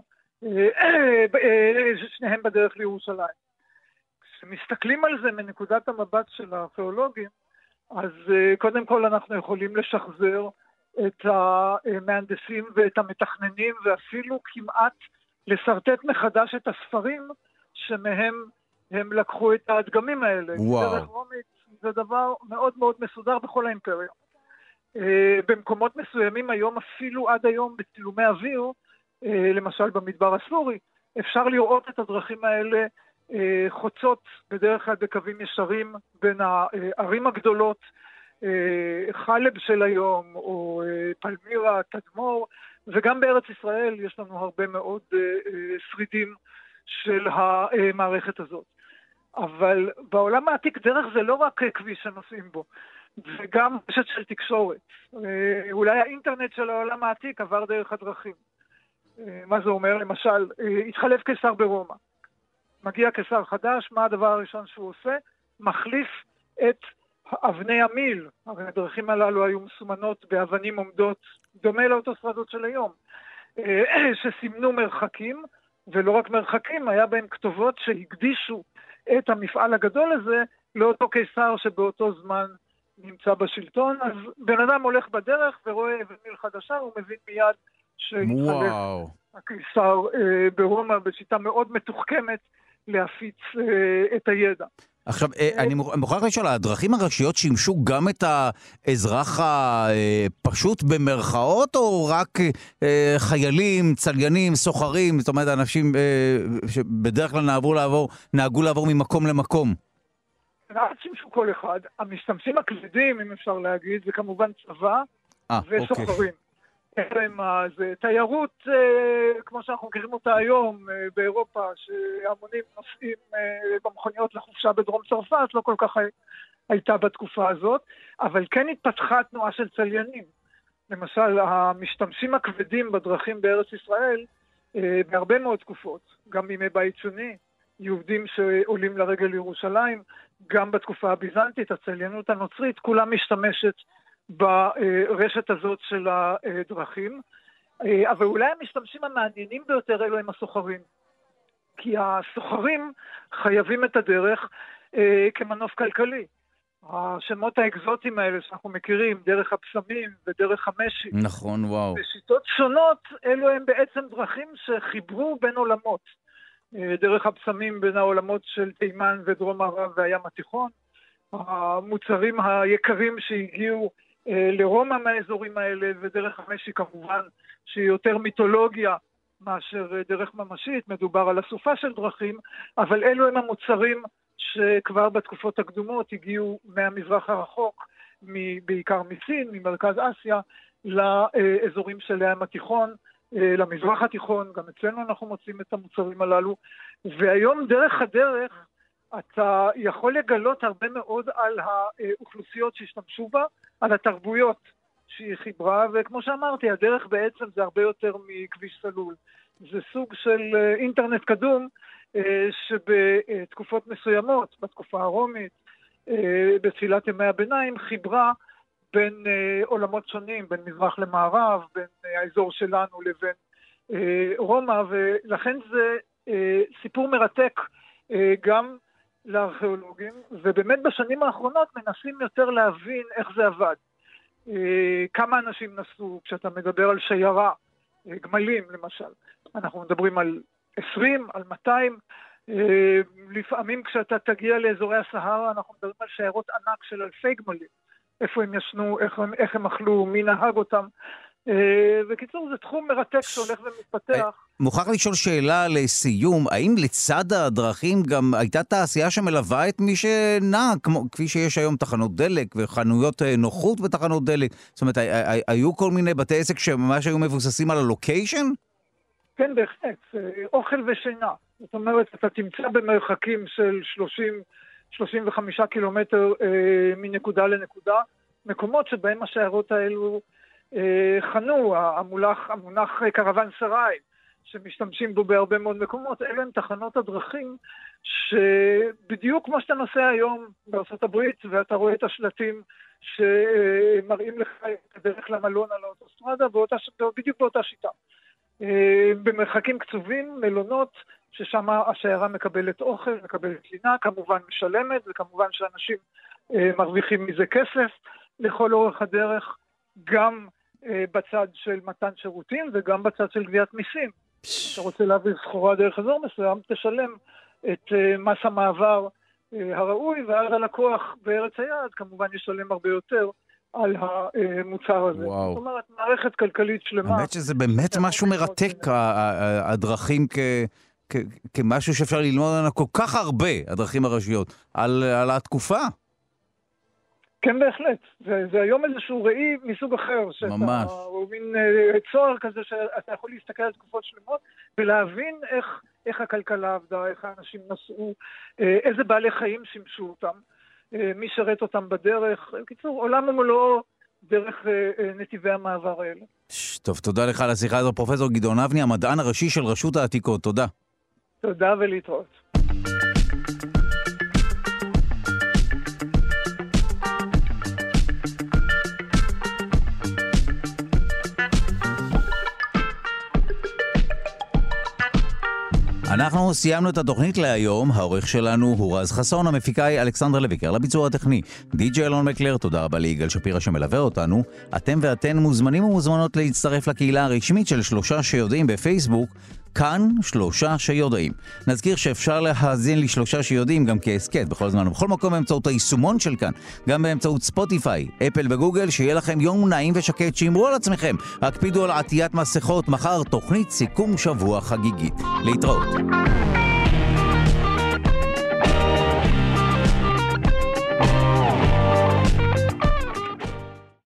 שניהם בדרך לירושלים. כשמסתכלים על זה מנקודת המבט של הארכיאולוגים, אז קודם כל אנחנו יכולים לשחזר את המהנדסים ואת המתכננים, ואפילו כמעט לסרטט מחדש את הספרים שמהם הם לקחו את הדגמים האלה. וואו. דרך רומית זה דבר מאוד מאוד מסודר בכל האימפריה. במקומות מסוימים היום, אפילו עד היום בצילומי אוויר, למשל במדבר הסורי, אפשר לראות את הדרכים האלה חוצות בדרך כלל בקווים ישרים בין הערים הגדולות, חלב של היום או פלמירה, תדמור, וגם בארץ ישראל יש לנו הרבה מאוד שרידים של המערכת הזאת. אבל בעולם העתיק דרך זה לא רק כביש שנוסעים בו, זה גם רשת של תקשורת. אולי האינטרנט של העולם העתיק עבר דרך הדרכים. מה זה אומר? למשל, התחלף קיסר ברומא. מגיע קיסר חדש, מה הדבר הראשון שהוא עושה? מחליף את אבני המיל. הרי הדרכים הללו היו מסומנות באבנים עומדות, דומה לאוטוסטרדות של היום, שסימנו מרחקים, ולא רק מרחקים, היה בהם כתובות שהקדישו את המפעל הגדול הזה לאותו קיסר שבאותו זמן נמצא בשלטון. אז בן אדם הולך בדרך ורואה אבן מיל חדשה, הוא מבין מיד שהתחלף הקיסר ברומא בשיטה מאוד מתוחכמת להפיץ את הידע. עכשיו, אני מוכרח לשאול, הדרכים הראשיות שימשו גם את האזרח הפשוט במרכאות, או רק חיילים, צליינים, סוחרים, זאת אומרת, אנשים שבדרך כלל נהגו לעבור, נהגו לעבור ממקום למקום? אז שימשו כל אחד. המשתמשים הכבדים, אם אפשר להגיד, זה כמובן צבא וסוחרים. זה תיירות, כמו שאנחנו מכירים אותה היום באירופה, שהמונים נוסעים במכוניות לחופשה בדרום צרפת, לא כל כך הייתה בתקופה הזאת, אבל כן התפתחה תנועה של צליינים. למשל, המשתמשים הכבדים בדרכים בארץ ישראל, בהרבה מאוד תקופות, גם בימי בית שני, יהודים שעולים לרגל לירושלים, גם בתקופה הביזנטית, הצליינות הנוצרית, כולה משתמשת ברשת הזאת של הדרכים. אבל אולי המשתמשים המעניינים ביותר אלו הם הסוחרים. כי הסוחרים חייבים את הדרך כמנוף כלכלי. השמות האקזוטיים האלה שאנחנו מכירים, דרך הפסמים ודרך המשי. נכון, וואו. בשיטות שונות, אלו הם בעצם דרכים שחיברו בין עולמות. דרך הפסמים בין העולמות של תימן ודרום מערב והים התיכון. המוצרים היקרים שהגיעו לרומא מהאזורים האלה, ודרך המשי כמובן, שהיא יותר מיתולוגיה מאשר דרך ממשית, מדובר על הסופה של דרכים, אבל אלו הם המוצרים שכבר בתקופות הקדומות הגיעו מהמזרח הרחוק, בעיקר מסין, ממרכז אסיה, לאזורים של הים התיכון, למזרח התיכון, גם אצלנו אנחנו מוצאים את המוצרים הללו, והיום דרך הדרך אתה יכול לגלות הרבה מאוד על האוכלוסיות שהשתמשו בה, על התרבויות שהיא חיברה, וכמו שאמרתי, הדרך בעצם זה הרבה יותר מכביש סלול. זה סוג של אינטרנט קדום, שבתקופות מסוימות, בתקופה הרומית, בתחילת ימי הביניים, חיברה בין עולמות שונים, בין מזרח למערב, בין האזור שלנו לבין רומא, ולכן זה סיפור מרתק גם לארכיאולוגים, ובאמת בשנים האחרונות מנסים יותר להבין איך זה עבד. כמה אנשים נסעו, כשאתה מדבר על שיירה, גמלים למשל, אנחנו מדברים על עשרים, על מאתיים, לפעמים כשאתה תגיע לאזורי הסהרה, אנחנו מדברים על שיירות ענק של אלפי גמלים, איפה הם ישנו, איך הם, איך הם אכלו, מי נהג אותם, וקיצור זה תחום מרתק שהולך ומתפתח. מוכרח לשאול שאלה לסיום, האם לצד הדרכים גם הייתה תעשייה שמלווה את מי שנע, כמו, כפי שיש היום תחנות דלק וחנויות נוחות בתחנות דלק, זאת אומרת, היו כל מיני בתי עסק שממש היו מבוססים על הלוקיישן? כן, בהחלט, אוכל ושינה, זאת אומרת, אתה תמצא במרחקים של שלושים שלושים וחמישה קילומטר אה, מנקודה לנקודה, מקומות שבהם השיירות האלו אה, חנו, המולח, המונח קרוון סראי, שמשתמשים בו בהרבה מאוד מקומות, אלה הם תחנות הדרכים, שבדיוק כמו שאתה נוסע היום בארצות הברית, ואתה רואה את השלטים שמראים לך את הדרך למלון על האוטוסטרדה, באותה, בדיוק באותה שיטה. אה, במרחקים קצובים, מלונות, ששם השיירה מקבלת אוכל, מקבלת לינה, כמובן משלמת, וכמובן שאנשים אה, מרוויחים מזה כסף לכל אורך הדרך, גם אה, בצד של מתן שירותים וגם בצד של גביית מיסים. אתה רוצה להביא סחורה דרך אזור מסוים, תשלם את אה, מס המעבר אה, הראוי, ואז הלקוח בארץ היעד כמובן ישלם הרבה יותר על המוצר הזה. וואו. זאת אומרת, מערכת כלכלית שלמה. האמת שזה באמת משהו מרתק, הדרכים כ... כמשהו שאפשר ללמוד עליו כל כך הרבה, הדרכים הראשיות, על, על התקופה. כן, בהחלט. זה, זה היום איזשהו ראי מסוג אחר. שאתה, ממש. הוא מין uh, צוהר כזה שאתה יכול להסתכל על תקופות שלמות, ולהבין איך, איך הכלכלה עבדה, איך האנשים נסעו, uh, איזה בעלי חיים שימשו אותם, uh, מי שרת אותם בדרך. בקיצור, עולם ומלואו דרך uh, uh, נתיבי המעבר האלה. טוב, תודה לך על השיחה הזו, פרופסור גדעון אבני, המדען הראשי של רשות העתיקות. תודה. תודה ולהתראות. אנחנו סיימנו את התוכנית להיום, העורך שלנו הוא רז חסון, המפיקה היא אלכסנדר לויקר, לביצוע הטכני די.ג'יי אלון מקלר, תודה רבה ליגאל שפירא שמלווה אותנו. אתם ואתן מוזמנים ומוזמנות להצטרף לקהילה הרשמית של שלושה שיודעים בפייסבוק, כאן שלושה שיודעים. נזכיר שאפשר להאזין לשלושה שיודעים גם כעסקט בכל זמן ובכל מקום באמצעות היישומון של כאן, גם באמצעות ספוטיפיי, אפל וגוגל. שיהיה לכם יום נעים ושקט, שימרו על עצמכם, הקפידו על עטיית מסכות. מחר תוכנית סיכום שבוע חגיגית. להתראות.